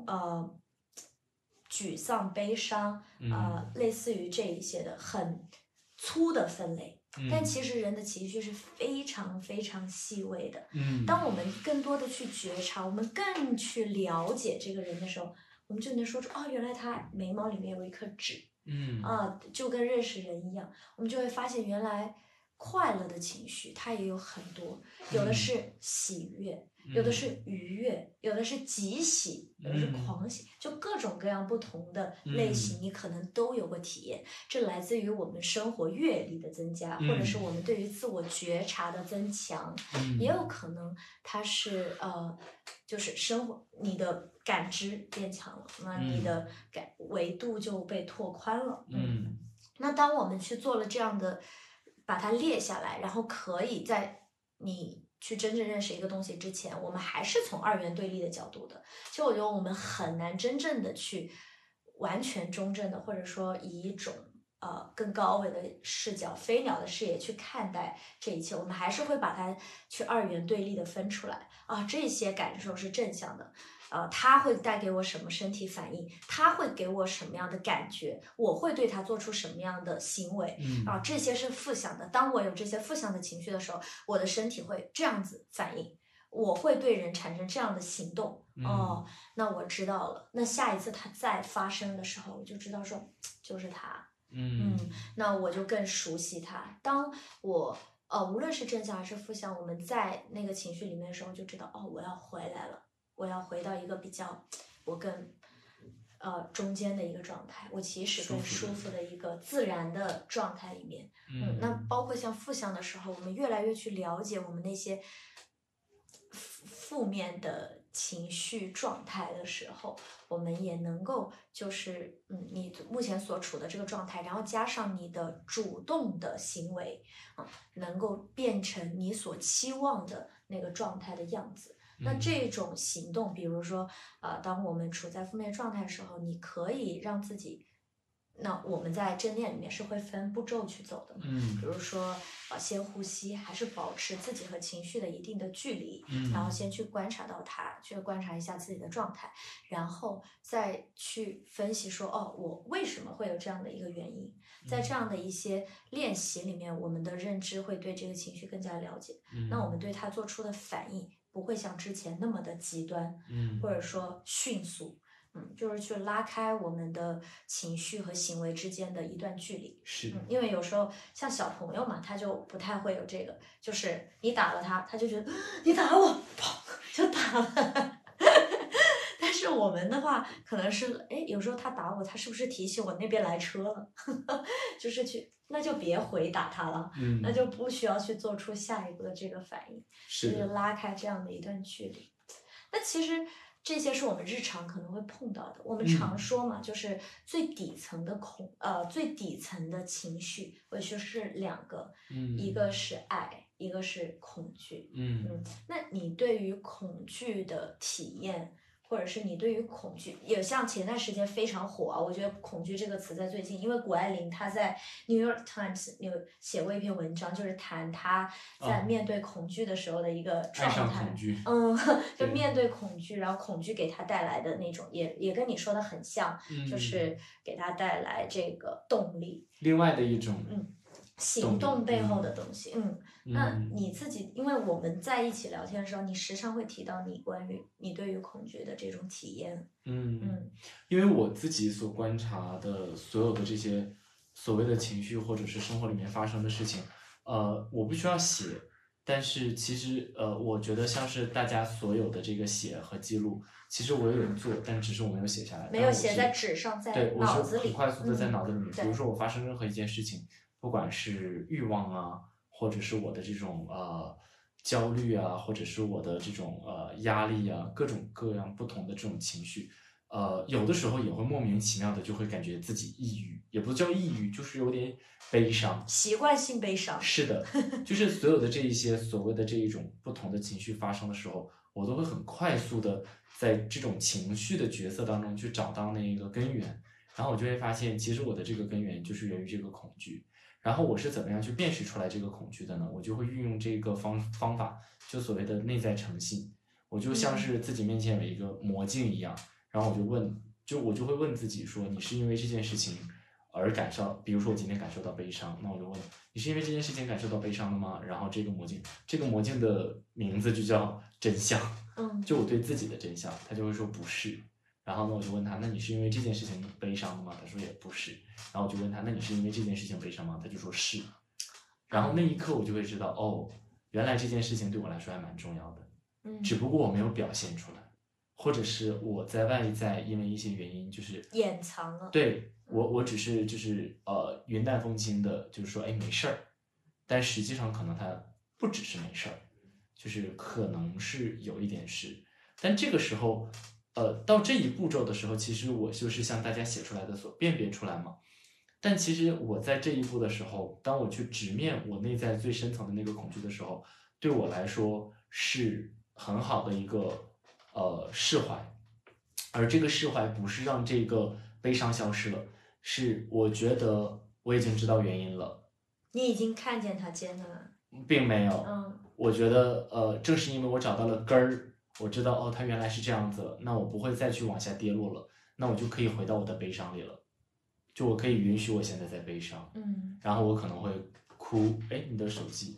沮丧、悲伤，类似于这一些的很粗的分类。但其实人的情绪是非常非常细微的。当我们更多的去觉察，我们更去了解这个人的时候，我们就能说出原来他眉毛里面有一颗痣。就跟认识人一样，我们就会发现原来快乐的情绪它也有很多，有的是喜悦，有的是愉悦，有的是极喜，有的是狂喜，就各种各样不同的类型，你可能都有过体验。这来自于我们生活阅历的增加，或者是我们对于自我觉察的增强，也有可能它是就是生活你的感知变强了，那你的维度就被拓宽了。 那当我们去做了这样的，把它列下来，然后可以在你去真正认识一个东西之前，我们还是从二元对立的角度的。其实我觉得我们很难真正的去完全中正的，或者说以一种更高维的视角、飞鸟的视野去看待这一切，我们还是会把它去二元对立的分出来啊，这些感受是正向的。它会带给我什么身体反应？它会给我什么样的感觉？我会对它做出什么样的行为？这些是负向的。当我有这些负向的情绪的时候，我的身体会这样子反应，我会对人产生这样的行动。那我知道了。那下一次它再发生的时候，我就知道说，就是它。那我就更熟悉它。当我无论是正向还是负向，我们在那个情绪里面的时候，就知道我要回来了。我要回到一个比较我更中间的一个状态，我其实更舒服的一个自然的状态里面。那包括像负向的时候，我们越来越去了解我们那些负面的情绪状态的时候，我们也能够就是你目前所处的这个状态，然后加上你的主动的行为，能够变成你所期望的那个状态的样子。那这种行动，比如说，当我们处在负面状态的时候，你可以让自己，那我们在正念里面是会分步骤去走的，比如说，先呼吸，还是保持自己和情绪的一定的距离，然后先去观察到它，去观察一下自己的状态，然后再去分析说，我为什么会有这样的一个原因。在这样的一些练习里面，我们的认知会对这个情绪更加了解，那我们对它做出的反应不会像之前那么的极端，或者说迅速，就是去拉开我们的情绪和行为之间的一段距离。 是， 因为有时候像小朋友嘛，他就不太会有这个，就是你打了他，他就觉得你打我，砰就打了。但是我们的话，可能是有时候他打我，他是不是提醒我那边来车了？就是那就别回打他了，那就不需要去做出下一步的这个反应，就是拉开这样的一段距离。那其实这些是我们日常可能会碰到的。我们常说嘛，就是最底层的最底层的情绪，我就是两个，一个是爱，一个是恐惧。那你对于恐惧的体验，或者是你对于恐惧，也像前段时间非常火啊，我觉得恐惧这个词在最近，因为谷爱凌她在 New York Times 有写过一篇文章，就是谈她在面对恐惧的时候的一个状态。就面对恐惧，然后恐惧给她带来的那种，也跟你说的很像，就是给她带来这个动力。 另外的一种行动背后的东西。那你自己，因为我们在一起聊天的时候，你时常会提到你关于你对于恐惧的这种体验。 因为我自己所观察的所有的这些所谓的情绪，或者是生活里面发生的事情，我不需要写，但是其实我觉得像是大家所有的这个写和记录，其实我也有做，但只是我没有写下来， 没有写在纸上，在脑子里， 对，我是很快速的在脑子里面。比如说我发生任何一件事情，不管是欲望啊，或者是我的这种焦虑啊，或者是我的这种压力啊，各种各样不同的这种情绪，有的时候也会莫名其妙的就会感觉自己抑郁，也不叫抑郁，就是有点悲伤， 习惯性悲伤。 是的，就是所有的这一些所谓的这一种不同的情绪发生的时候，我都会很快速的在这种情绪的角色当中去找到那一个根源，然后我就会发现，其实我的这个根源就是源于这个恐惧。然后我是怎么样去辨识出来这个恐惧的呢？我就会运用这个方法，就所谓的内在诚信。我就像是自己面前有一个魔镜一样，然后我就会问自己说，你是因为这件事情而比如说我今天感受到悲伤，那我就问你是因为这件事情感受到悲伤的吗？然后这个魔镜的名字就叫真相，就我对自己的真相，他就会说不是。然后呢，我就问他，那你是因为这件事情悲伤的吗？他说也不是。然后我就问他，那你是因为这件事情悲伤吗？他就说是。然后那一刻我就会知道，原来这件事情对我来说还蛮重要的，只不过我没有表现出来，或者是我在外在因为一些原因就是掩藏了。 对，我只是就是云淡风轻的，就是说没事儿，但实际上可能它不只是没事儿，就是可能是有一点事，但这个时候。到这一步骤的时候，其实我就是像大家写出来的所辨别出来嘛。 但其实我在这一步的时候，当我去直面我内在最深层的那个恐惧的时候，对我来说是很好的一个释怀，而这个释怀不是让这个悲伤消失了，是我觉得我已经知道原因了， 你已经看见它艰难， 并没有，我觉得正是因为我找到了根儿，我知道哦，它原来是这样子了，那我不会再去往下跌落了，那我就可以回到我的悲伤里了。就我可以允许我现在在悲伤，然后我可能会哭，哎，你的手机，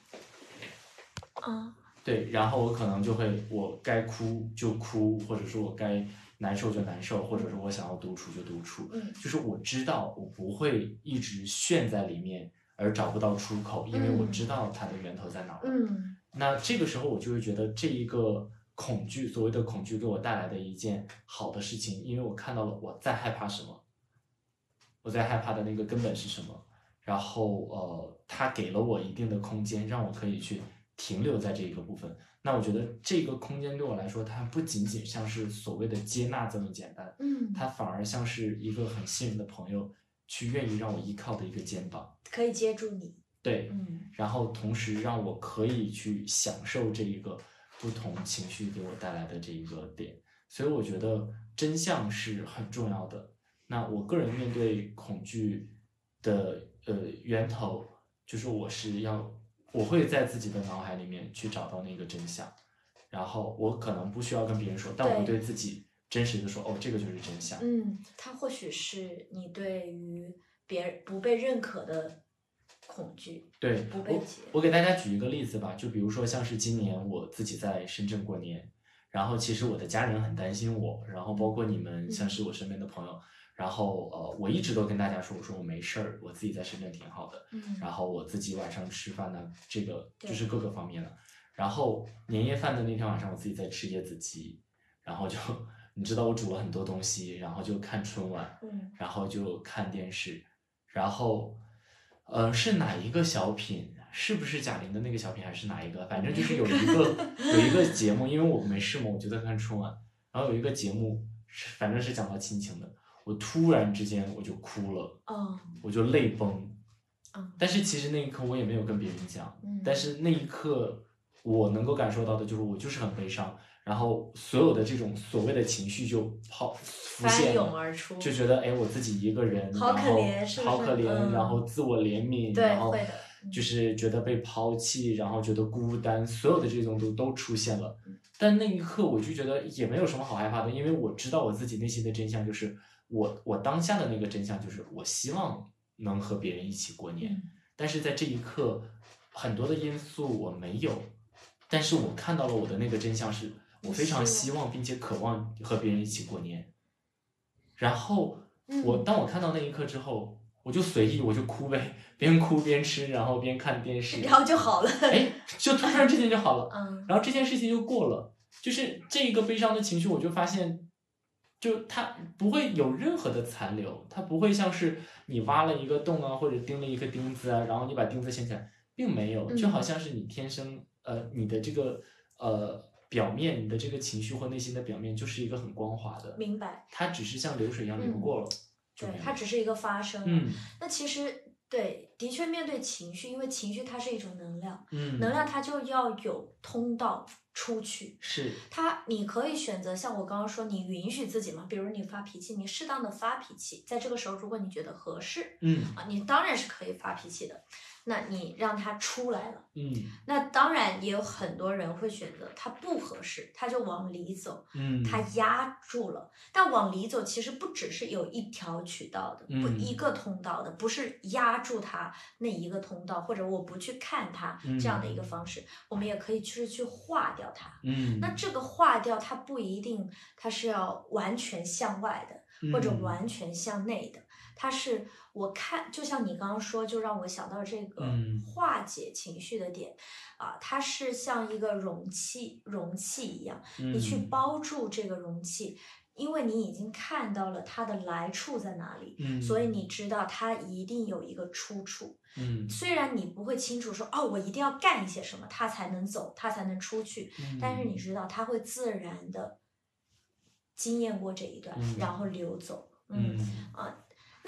对，然后我可能就会，我该哭就哭，或者说我该难受就难受，或者说我想要独处就独处，就是我知道我不会一直陷在里面而找不到出口，因为我知道它的源头在哪儿。那这个时候我就会觉得这一个恐惧，所谓的恐惧给我带来的一件好的事情，因为我看到了我在害怕什么。我在害怕的那个根本是什么？然后它给了我一定的空间，让我可以去停留在这一个部分。那我觉得这个空间对我来说，它不仅仅像是所谓的接纳这么简单，它反而像是一个很信任的朋友，去愿意让我依靠的一个肩膀， 可以接住你。 对，然后同时让我可以去享受这一个不同情绪给我带来的这一个点。所以我觉得真相是很重要的。那我个人面对恐惧的源头，就是我会在自己的脑海里面去找到那个真相，然后我可能不需要跟别人说，但我会对自己真实的说，哦，这个就是真相。 它或许是你对于别人不被认可的恐惧。 对，我给大家举一个例子吧，就比如说像是今年我自己在深圳过年，然后其实我的家人很担心我，然后包括你们像是我身边的朋友。然后我一直都跟大家说，我说我没事儿，我自己在深圳挺好的。然后我自己晚上吃饭呢，这个就是各个方面的。然后年夜饭的那天晚上，我自己在吃椰子鸡，然后就你知道我煮了很多东西，然后就看春晚，然后就看电视，然后是哪一个小品？是不是贾玲的那个小品还是哪一个？反正就是有一个节目，因为我没事嘛，我就在看春晚，然后有一个节目，反正是讲到亲情的。我突然之间我就哭了，我就泪崩，但是其实那一刻我也没有跟别人讲，但是那一刻我能够感受到的就是我就是很悲伤，然后所有的这种所谓的情绪就浮现， 翻涌而出， 就觉得哎我自己一个人， 好可怜，是不是？ 好可怜，然后自我怜悯，然后就是觉得被抛弃，然后觉得孤单，所有的这种都出现了。但那一刻我就觉得也没有什么好害怕的，因为我知道我自己内心的真相就是。我当下的那个真相就是，我希望能和别人一起过年，但是在这一刻，很多的因素我没有，但是我看到了我的那个真相是，我非常希望并且渴望和别人一起过年。然后当我看到那一刻之后，我就随意我就哭呗，边哭边吃，然后边看电视， 然后就好了， 哎，就突然之间就好了，然后这件事情就过了，就是这一个悲伤的情绪，我就发现。就它不会有任何的残留，它不会像是你挖了一个洞啊，或者钉了一个钉子啊，然后你把钉子掀起来，并没有，就好像是你天生你的这个表面，你的这个情绪或内心的表面就是一个很光滑的， 明白？ 它只是像流水一样流过了， 对，它只是一个发生。那其实对，的确面对情绪，因为情绪它是一种能量，能量它就要有通道。出去是你可以选择像我刚刚说，你允许自己嘛，比如你发脾气，你适当的发脾气，在这个时候，如果你觉得合适，你当然是可以发脾气的。那你让它出来了，那当然也有很多人会选择它不合适，他就往里走，他压住了。但往里走其实不只是有一条渠道的，不一个通道的，不是压住它那一个通道，或者我不去看它这样的一个方式，我们也可以去化掉它。那这个化掉它不一定它是要完全向外的，或者完全向内的。它是我看，就像你刚刚说，就让我想到这个化解情绪的点它是像一个容器一样，你去包住这个容器，因为你已经看到了它的来处在哪里，所以你知道它一定有一个出处。虽然你不会清楚说我一定要干一些什么，它才能走，它才能出去，但是你知道它会自然的经验过这一段，然后流走。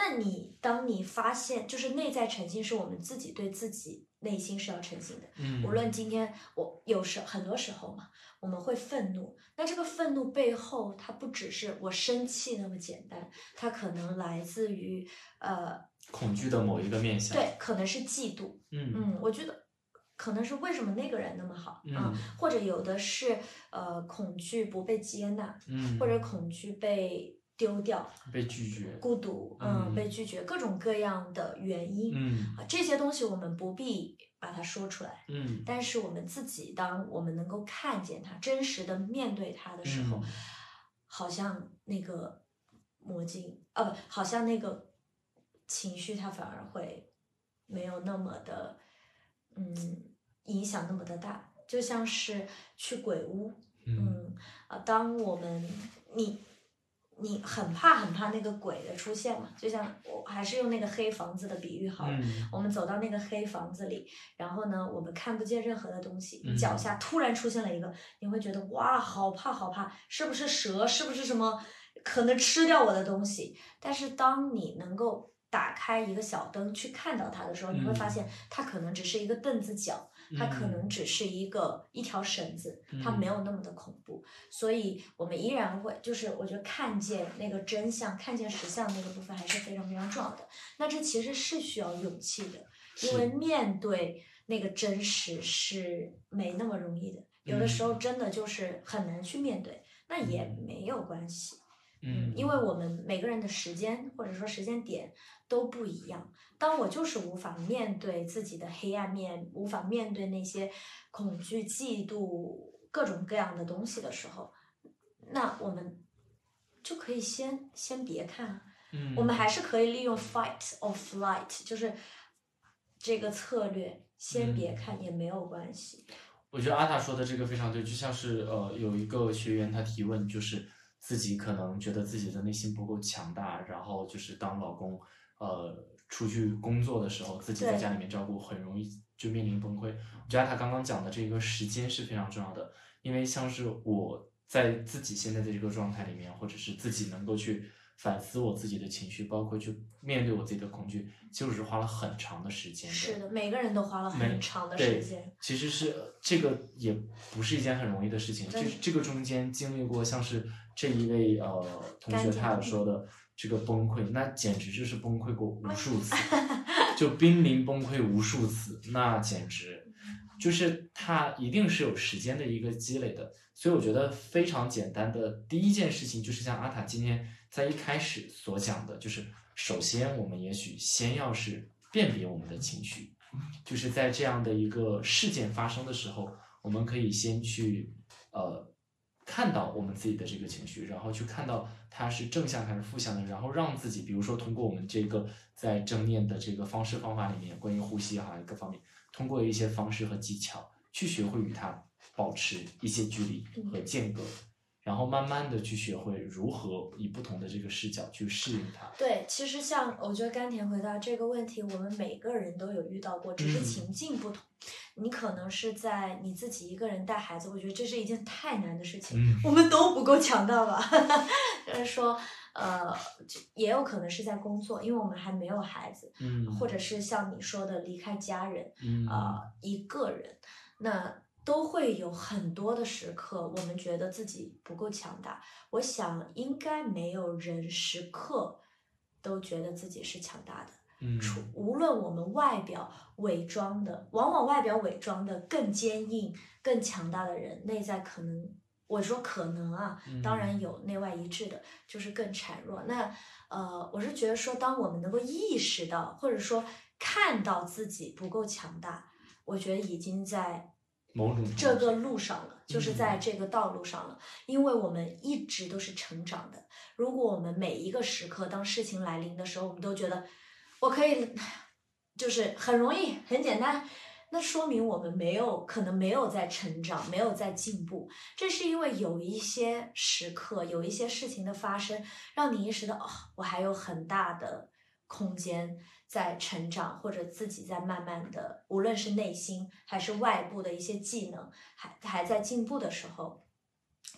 那当你发现，就是内在诚信是我们自己对自己内心是要诚信的。无论今天很多时候嘛，我们会愤怒，那这个愤怒背后，它不只是我生气那么简单，它可能来自于恐惧的某一个面向。 对，可能是嫉妒。我觉得可能是为什么那个人那么好或者有的是恐惧不被接纳，或者恐惧被丢掉， 被拒绝， 孤独，被拒绝，各种各样的原因，这些东西我们不必把它说出来，但是我们自己，当我们能够看见它，真实的面对它的时候，好像那个魔镜，好像那个情绪它反而会没有那么的，影响那么的大，就像是去鬼屋，当我们你很怕那个鬼的出现嘛？就像我还是用那个黑房子的比喻好了，我们走到那个黑房子里，然后呢，我们看不见任何的东西，你脚下突然出现了一个，你会觉得哇，好怕好怕，是不是蛇？是不是什么可能吃掉我的东西？但是当你能够打开一个小灯去看到它的时候，你会发现它可能只是一个凳子脚，它可能只是一条绳子，它没有那么的恐怖，所以我们依然会，就是我觉得看见那个真相，看见实相那个部分还是非常非常重要的。那这其实是需要勇气的，因为面对那个真实是没那么容易的，有的时候真的就是很难去面对，那也没有关系。因为我们每个人的时间或者说时间点都不一样。当我就是无法面对自己的黑暗面，无法面对那些恐惧、嫉妒各种各样的东西的时候，那我们就可以先别看，我们还是可以利用 fight or flight， 就是这个策略，先别看也没有关系。 我觉得阿塔说的这个非常对，就像是有一个学员他提问，就是自己可能觉得自己的内心不够强大，然后就是当老公出去工作的时候，自己在家里面照顾很容易就面临崩溃。我觉得他刚刚讲的这个时间是非常重要的，因为像是我在自己现在的这个状态里面，或者是自己能够去反思我自己的情绪，包括去面对我自己的恐惧，就是花了很长的时间的。 是的，每个人都花了很长的时间。 其实是这个也不是一件很容易的事情，这个中间经历过像是这一位同学他有说的这个崩溃，那简直就是崩溃过无数次，就濒临崩溃无数次，那简直就是他一定是有时间的一个积累的。所以我觉得非常简单的第一件事情，就是像阿塔今天在一开始所讲的，就是首先我们也许先要是辨别我们的情绪，就是在这样的一个事件发生的时候，我们可以先去看到我们自己的这个情绪，然后去看到它是正向还是负向的，然后让自己，比如说通过我们这个在正念的这个方式方法里面，关于呼吸各方面，通过一些方式和技巧去学会与它保持一些距离和间隔，然后慢慢的去学会如何以不同的这个视角去适应它。 对，其实像我觉得甘甜回答这个问题，我们每个人都有遇到过，只是情境不同。你可能是在你自己一个人带孩子，我觉得这是一件太难的事情，我们都不够强大吧？就是说，也有可能是在工作，因为我们还没有孩子，或者是像你说的离开家人，一个人，那都会有很多的时刻，我们觉得自己不够强大。我想应该没有人时刻都觉得自己是强大的。无论我们外表伪装的，往往外表伪装的更坚硬、更强大的人，内在可能，我说可能啊，当然有内外一致的，就是更孱弱。那我是觉得说，当我们能够意识到，或者说看到自己不够强大，我觉得已经在这个路上了，就是在这个道路上了，因为我们一直都是成长的。如果我们每一个时刻，当事情来临的时候，我们都觉得我可以，就是很容易、很简单，那说明我们可能没有在成长，没有在进步。这是因为有一些时刻，有一些事情的发生，让你意识到，我还有很大的空间在成长，或者自己在慢慢的，无论是内心还是外部的一些技能还在进步的时候，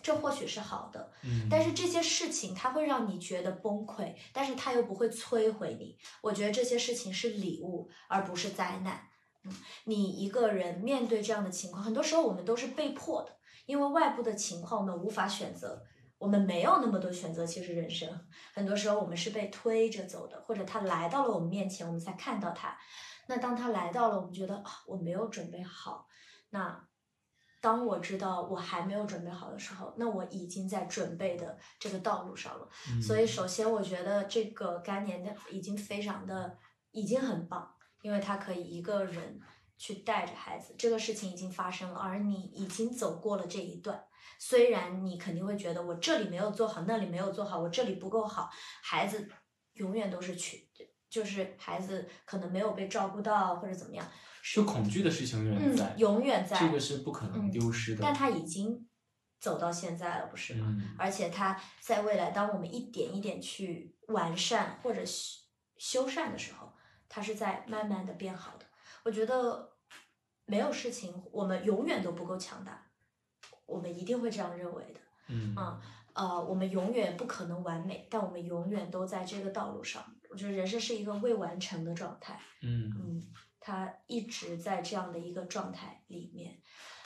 这或许是好的。但是这些事情它会让你觉得崩溃，但是它又不会摧毁你。我觉得这些事情是礼物，而不是灾难。你一个人面对这样的情况，很多时候我们都是被迫的，因为外部的情况我们无法选择，我们没有那么多选择。其实人生很多时候我们是被推着走的，或者他来到了我们面前，我们才看到他。那当他来到了，我们觉得我没有准备好。那当我知道我还没有准备好的时候，那我已经在准备的这个道路上了。所以首先我觉得这个概念已经已经很棒。因为他可以一个人去带着孩子，这个事情已经发生了，而你已经走过了这一段。虽然你肯定会觉得我这里没有做好，那里没有做好，我这里不够好，孩子永远都是就是孩子可能没有被照顾到或者怎么样， 就恐惧的事情永远在， 永远在， 这个是不可能丢失的。 但他已经走到现在了，不是吗？而且他在未来，当我们一点一点去完善或者修缮的时候，它是在慢慢的变好的。我觉得没有事情我们永远都不够强大，我们一定会这样认为的。我们永远不可能完美，但我们永远都在这个道路上。我觉得人生是一个未完成的状态。他一直在这样的一个状态里面。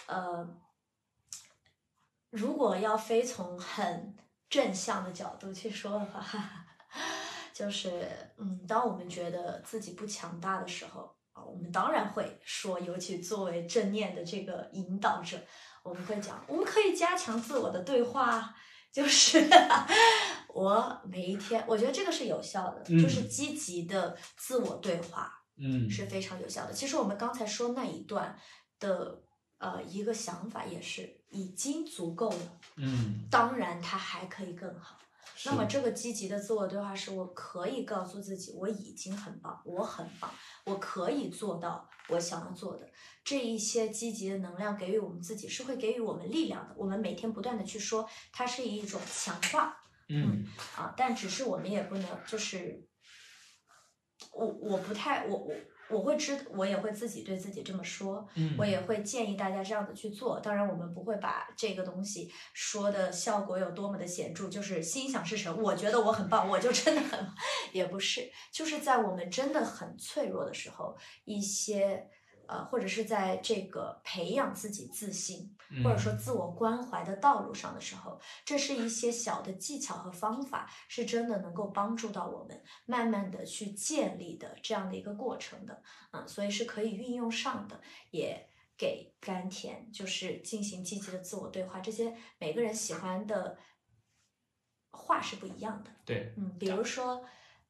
如果要非从很正向的角度去说的话，就是当我们觉得自己不强大的时候，我们当然会说，尤其作为正念的这个引导者，我们会讲，我们可以加强自我的对话，就是我每一天，我觉得这个是有效的，就是积极的自我对话，是非常有效的。其实我们刚才说那一段的一个想法也是已经足够了，当然它还可以更好。那么这个积极的自我对话是我可以告诉自己我已经很棒，我很棒，我可以做到我想要做的。这一些积极的能量给予我们自己，是会给予我们力量的。我们每天不断的去说，它是一种强化。但只是我们也不能就是我也会自己对自己这么说，我也会建议大家这样子去做。当然我们不会把这个东西说的效果有多么的显著，就是心想事成，我觉得我很棒，我就真的很也不是，就是在我们真的很脆弱的时候，一些或者是在这个培养自己自信或者说自我关怀的道路上的时候，这是一些小的技巧和方法，是真的能够帮助到我们慢慢的去建立的这样的一个过程的。所以是可以运用上的，也给甘甜就是进行积极的自我对话。这些每个人喜欢的话是不一样的。 对， 比如说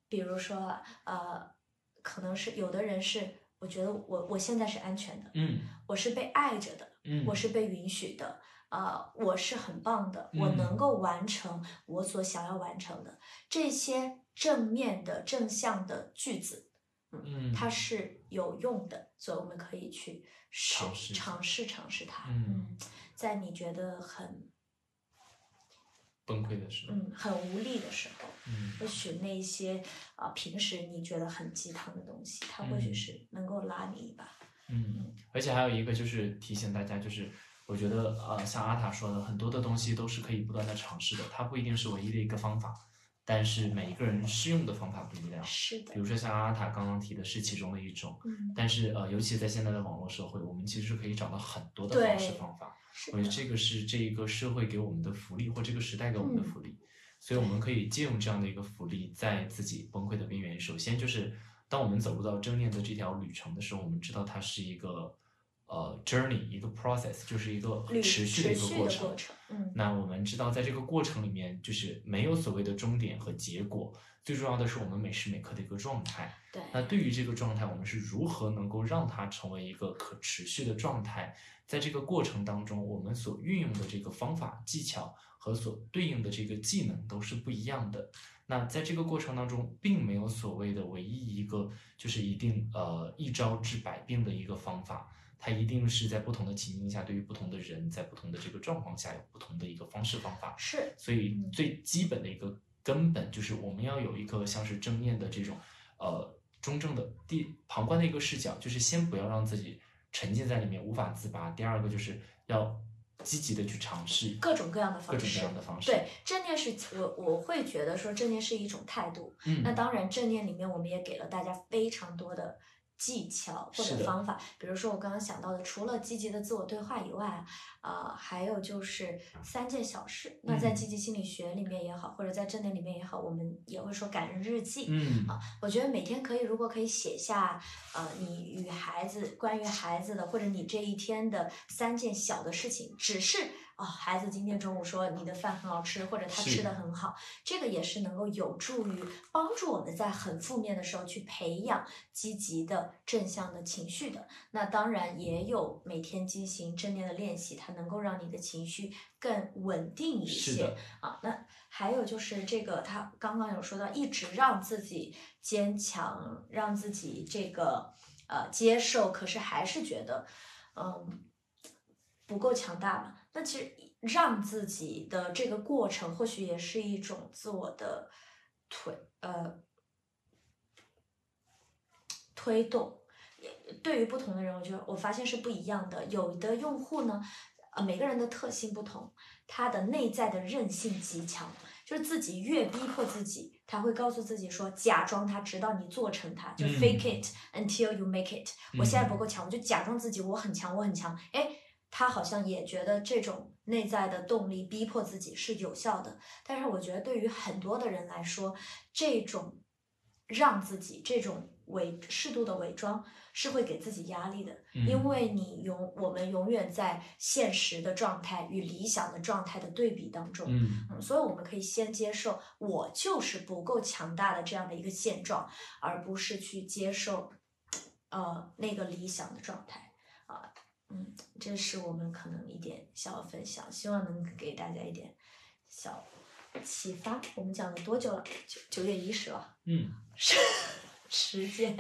可能是有的人是我觉得我现在是安全的，我是被爱着的，我是被允许的，我是很棒的，我能够完成我所想要完成的。这些正面的正向的句子，它是有用的，所以我们可以去尝试它。在你觉得很崩溃的时候， 很无力的时候，或许那些平时你觉得很鸡汤的东西，它或许是能够拉你一把。 而且还有一个就是提醒大家，就是我觉得像阿塔说的，很多的东西都是可以不断的尝试的，它不一定是唯一的一个方法，但是每一个人适用的方法不一样。 是的。 比如说像阿塔刚刚提的是其中的一种，但是尤其在现在的网络社会，我们其实可以找到很多的方式方法。我觉得这个是这一个社会给我们的福利，或这个时代给我们的福利，所以我们可以借用这样的一个福利，在自己崩溃的边缘。首先就是当我们走入到正念的这条旅程的时候，我们知道它是一个journey， 一个 process， 就是一个持续的一个过程。那我们知道在这个过程里面，就是没有所谓的终点和结果，最重要的是我们每时每刻的一个状态。 对。 那对于这个状态，我们是如何能够让它成为一个可持续的状态？在这个过程当中，我们所运用的这个方法技巧和所对应的这个技能都是不一样的。那在这个过程当中，并没有所谓的唯一一个就是一定一招治百病的一个方法，它一定是在不同的情境下，对于不同的人，在不同的这个状况下有不同的一个方式方法。 是。 所以最基本的一个根本就是我们要有一个像是正念的这种中正的旁观的一个视角，就是先不要让自己沉浸在里面无法自拔。第二个就是要积极的去尝试各种各样的方式。 各种各样的方式。 对，正念是我会觉得说正念是一种态度。那当然，正念里面我们也给了大家非常多的技巧或者方法，比如说我刚刚想到的，除了积极的自我对话以外，还有就是3件小事。那在积极心理学里面也好，或者在正念里面也好，我们也会说感恩日记。我觉得每天如果可以写下，你与孩子关于孩子的，或者你这一天的3件小的事情，只是孩子今天中午说你的饭很好吃，或者他吃的很好，这个也是能够有助于帮助我们在很负面的时候去培养积极的正向的情绪的。那当然也有每天进行正念的练习，它能够让你的情绪更稳定一些。那还有就是这个他刚刚有说到，一直让自己坚强，让自己这个接受，可是还是觉得不够强大嘛。那其实让自己的这个过程，或许也是一种自我的推动。对于不同的人，我发现是不一样的。有的用户呢，每个人的特性不同，他的内在的韧性极强，就是自己越逼迫自己，他会告诉自己说，假装它，直到你做成它，就 fake it until you make it。我现在不够强，我就假装自己我很强，我很强。他好像也觉得这种内在的动力逼迫自己是有效的，但是我觉得对于很多的人来说，这种让自己这种适度的伪装是会给自己压力的，因为我们永远在现实的状态与理想的状态的对比当中，所以我们可以先接受我就是不够强大的这样的一个现状，而不是去接受那个理想的状态。这是我们可能一点小的分享，希望能给大家一点小启发。我们讲了多久了？9月10了。时间。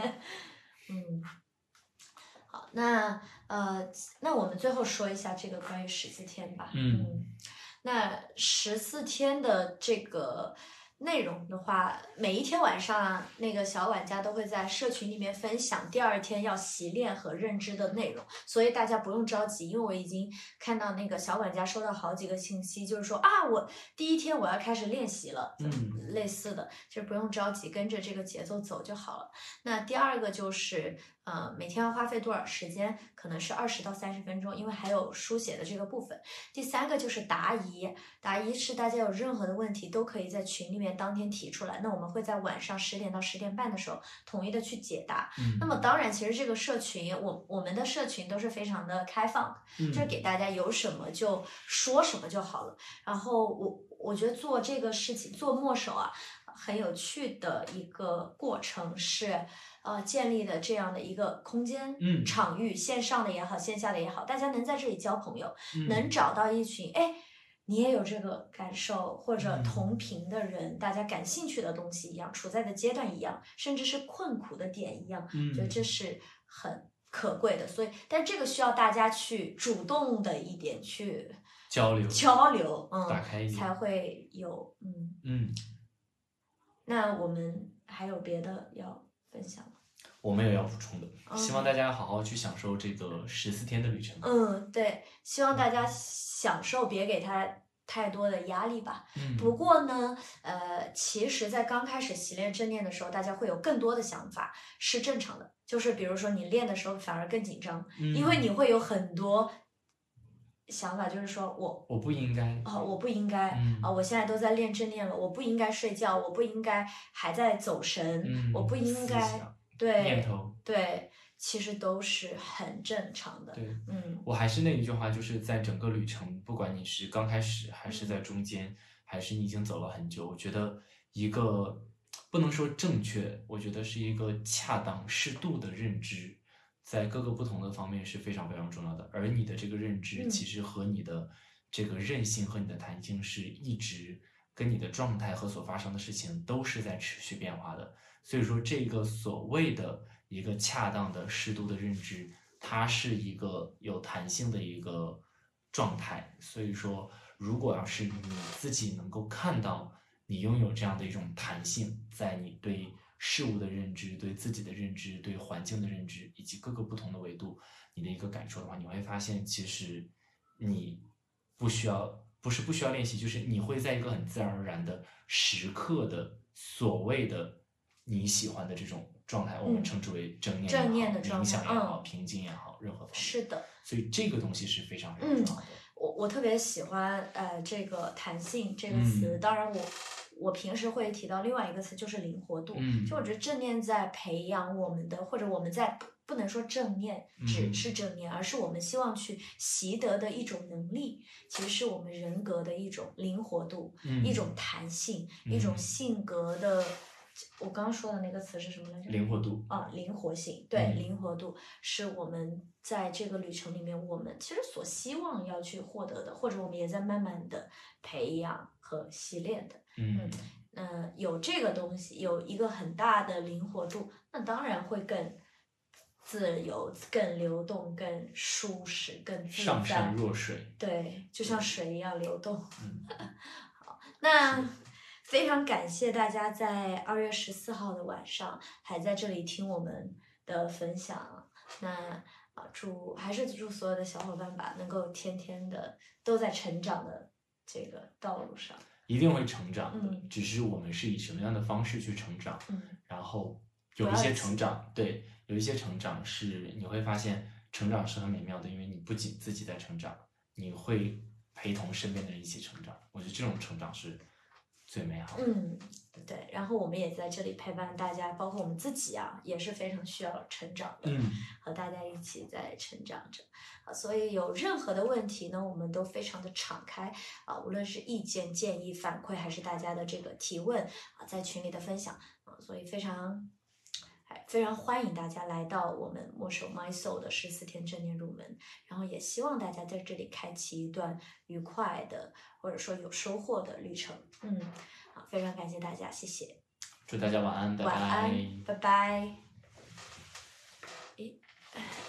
好，那我们最后说一下这个关于14天吧。那14天的这个内容的话，每一天晚上那个小管家都会在社群里面分享第2天要习练和认知的内容，所以大家不用着急，因为我已经看到那个小管家收到好几个信息，就是说我第1天我要开始练习了，类似的，就不用着急，跟着这个节奏走就好了。那第2个就是每天要花费多少时间，可能是20到30分钟，因为还有书写的这个部分。第3个就是答疑是大家有任何的问题都可以在群里面当天提出来，那我们会在晚上10点到10点半的时候统一的去解答。那么当然其实这个社群我们的社群都是非常的开放的，就是给大家有什么就说什么就好了。然后我觉得做这个事情做墨手很有趣的一个过程是建立的这样的一个空间场域，线上的也好，线下的也好，大家能在这里交朋友，能找到一群你也有这个感受或者同频的人，大家感兴趣的东西一样，处在的阶段一样，甚至是困苦的点一样，觉得这是很可贵的。所以但这个需要大家去主动的一点去交流打开一点才会有那我们还有别的要分享吗？ 我们也要补充的，希望大家好好去享受这个14天的旅程。 对，希望大家享受，别给他太多的压力吧。不过呢，其实在刚开始习练正念的时候，大家会有更多的想法，是正常的。就是比如说你练的时候反而更紧张，因为你会有很多想法，就是说我不应该我不应该我现在都在练正念了，我不应该睡觉，我不应该还在走神，我不应该念头对，其实都是很正常的。 对，我还是那一句话，就是在整个旅程，不管你是刚开始还是在中间，还是你已经走了很久，我觉得一个不能说正确，我觉得是一个恰当适度的认知，在各个不同的方面是非常非常重要的。而你的这个认知其实和你的这个韧性和你的弹性是一直跟你的状态和所发生的事情都是在持续变化的。所以说这个所谓的一个恰当的适度的认知，它是一个有弹性的一个状态。所以说如果要是你自己能够看到你拥有这样的一种弹性，在你对事物的认知、对自己的认知、对环境的认知以及各个不同的维度你的一个感受的话，你会发现其实你不需要练习，就是你会在一个很自然而然的时刻的所谓的你喜欢的这种状态，我们称之为正念也好，冥想也好，平静也好，任何方面。 是的。 所以这个东西是非常非常重要的。 我特别喜欢这个弹性这个词，当然我平时会提到另外一个词，就是灵活度。就我觉得正念在培养我们的，或者我们在不能说正念只是正念，而是我们希望去习得的一种能力，其实是我们人格的一种灵活度，一种弹性，一种性格的。我刚刚说的那个词是什么来着？ 灵活度啊，灵活性，对，灵活度是我们在这个旅程里面，我们其实所希望要去获得的，或者我们也在慢慢的培养和习练的。有这个东西，有一个很大的灵活度，那当然会更自由、更流动、更舒适、更自在。 上善若水。 对，就像水一样流动。好，那。非常感谢大家在2月14号的晚上还在这里听我们的分享。那还是祝所有的小伙伴吧，能够天天的都在成长的这个道路上。 一定会成长的，只是我们是以什么样的方式去成长。然后有一些成长，对，有一些成长是你会发现成长是很美妙的，因为你不仅自己在成长，你会陪同身边的人一起成长。我觉得这种成长是最美好的。 对，然后我们也在这里陪伴大家，包括我们自己啊，也是非常需要成长的，和大家一起在成长着。所以有任何的问题呢，我们都非常的敞开无论是意见、建议、反馈，还是大家的这个提问在群里的分享所以非常欢迎大家来到我们墨守 My Soul 的14天正念入门，然后也希望大家在这里开启一段愉快的，或者说有收获的旅程。好，非常感谢大家，谢谢。 祝大家晚安，拜拜。 晚安，拜拜。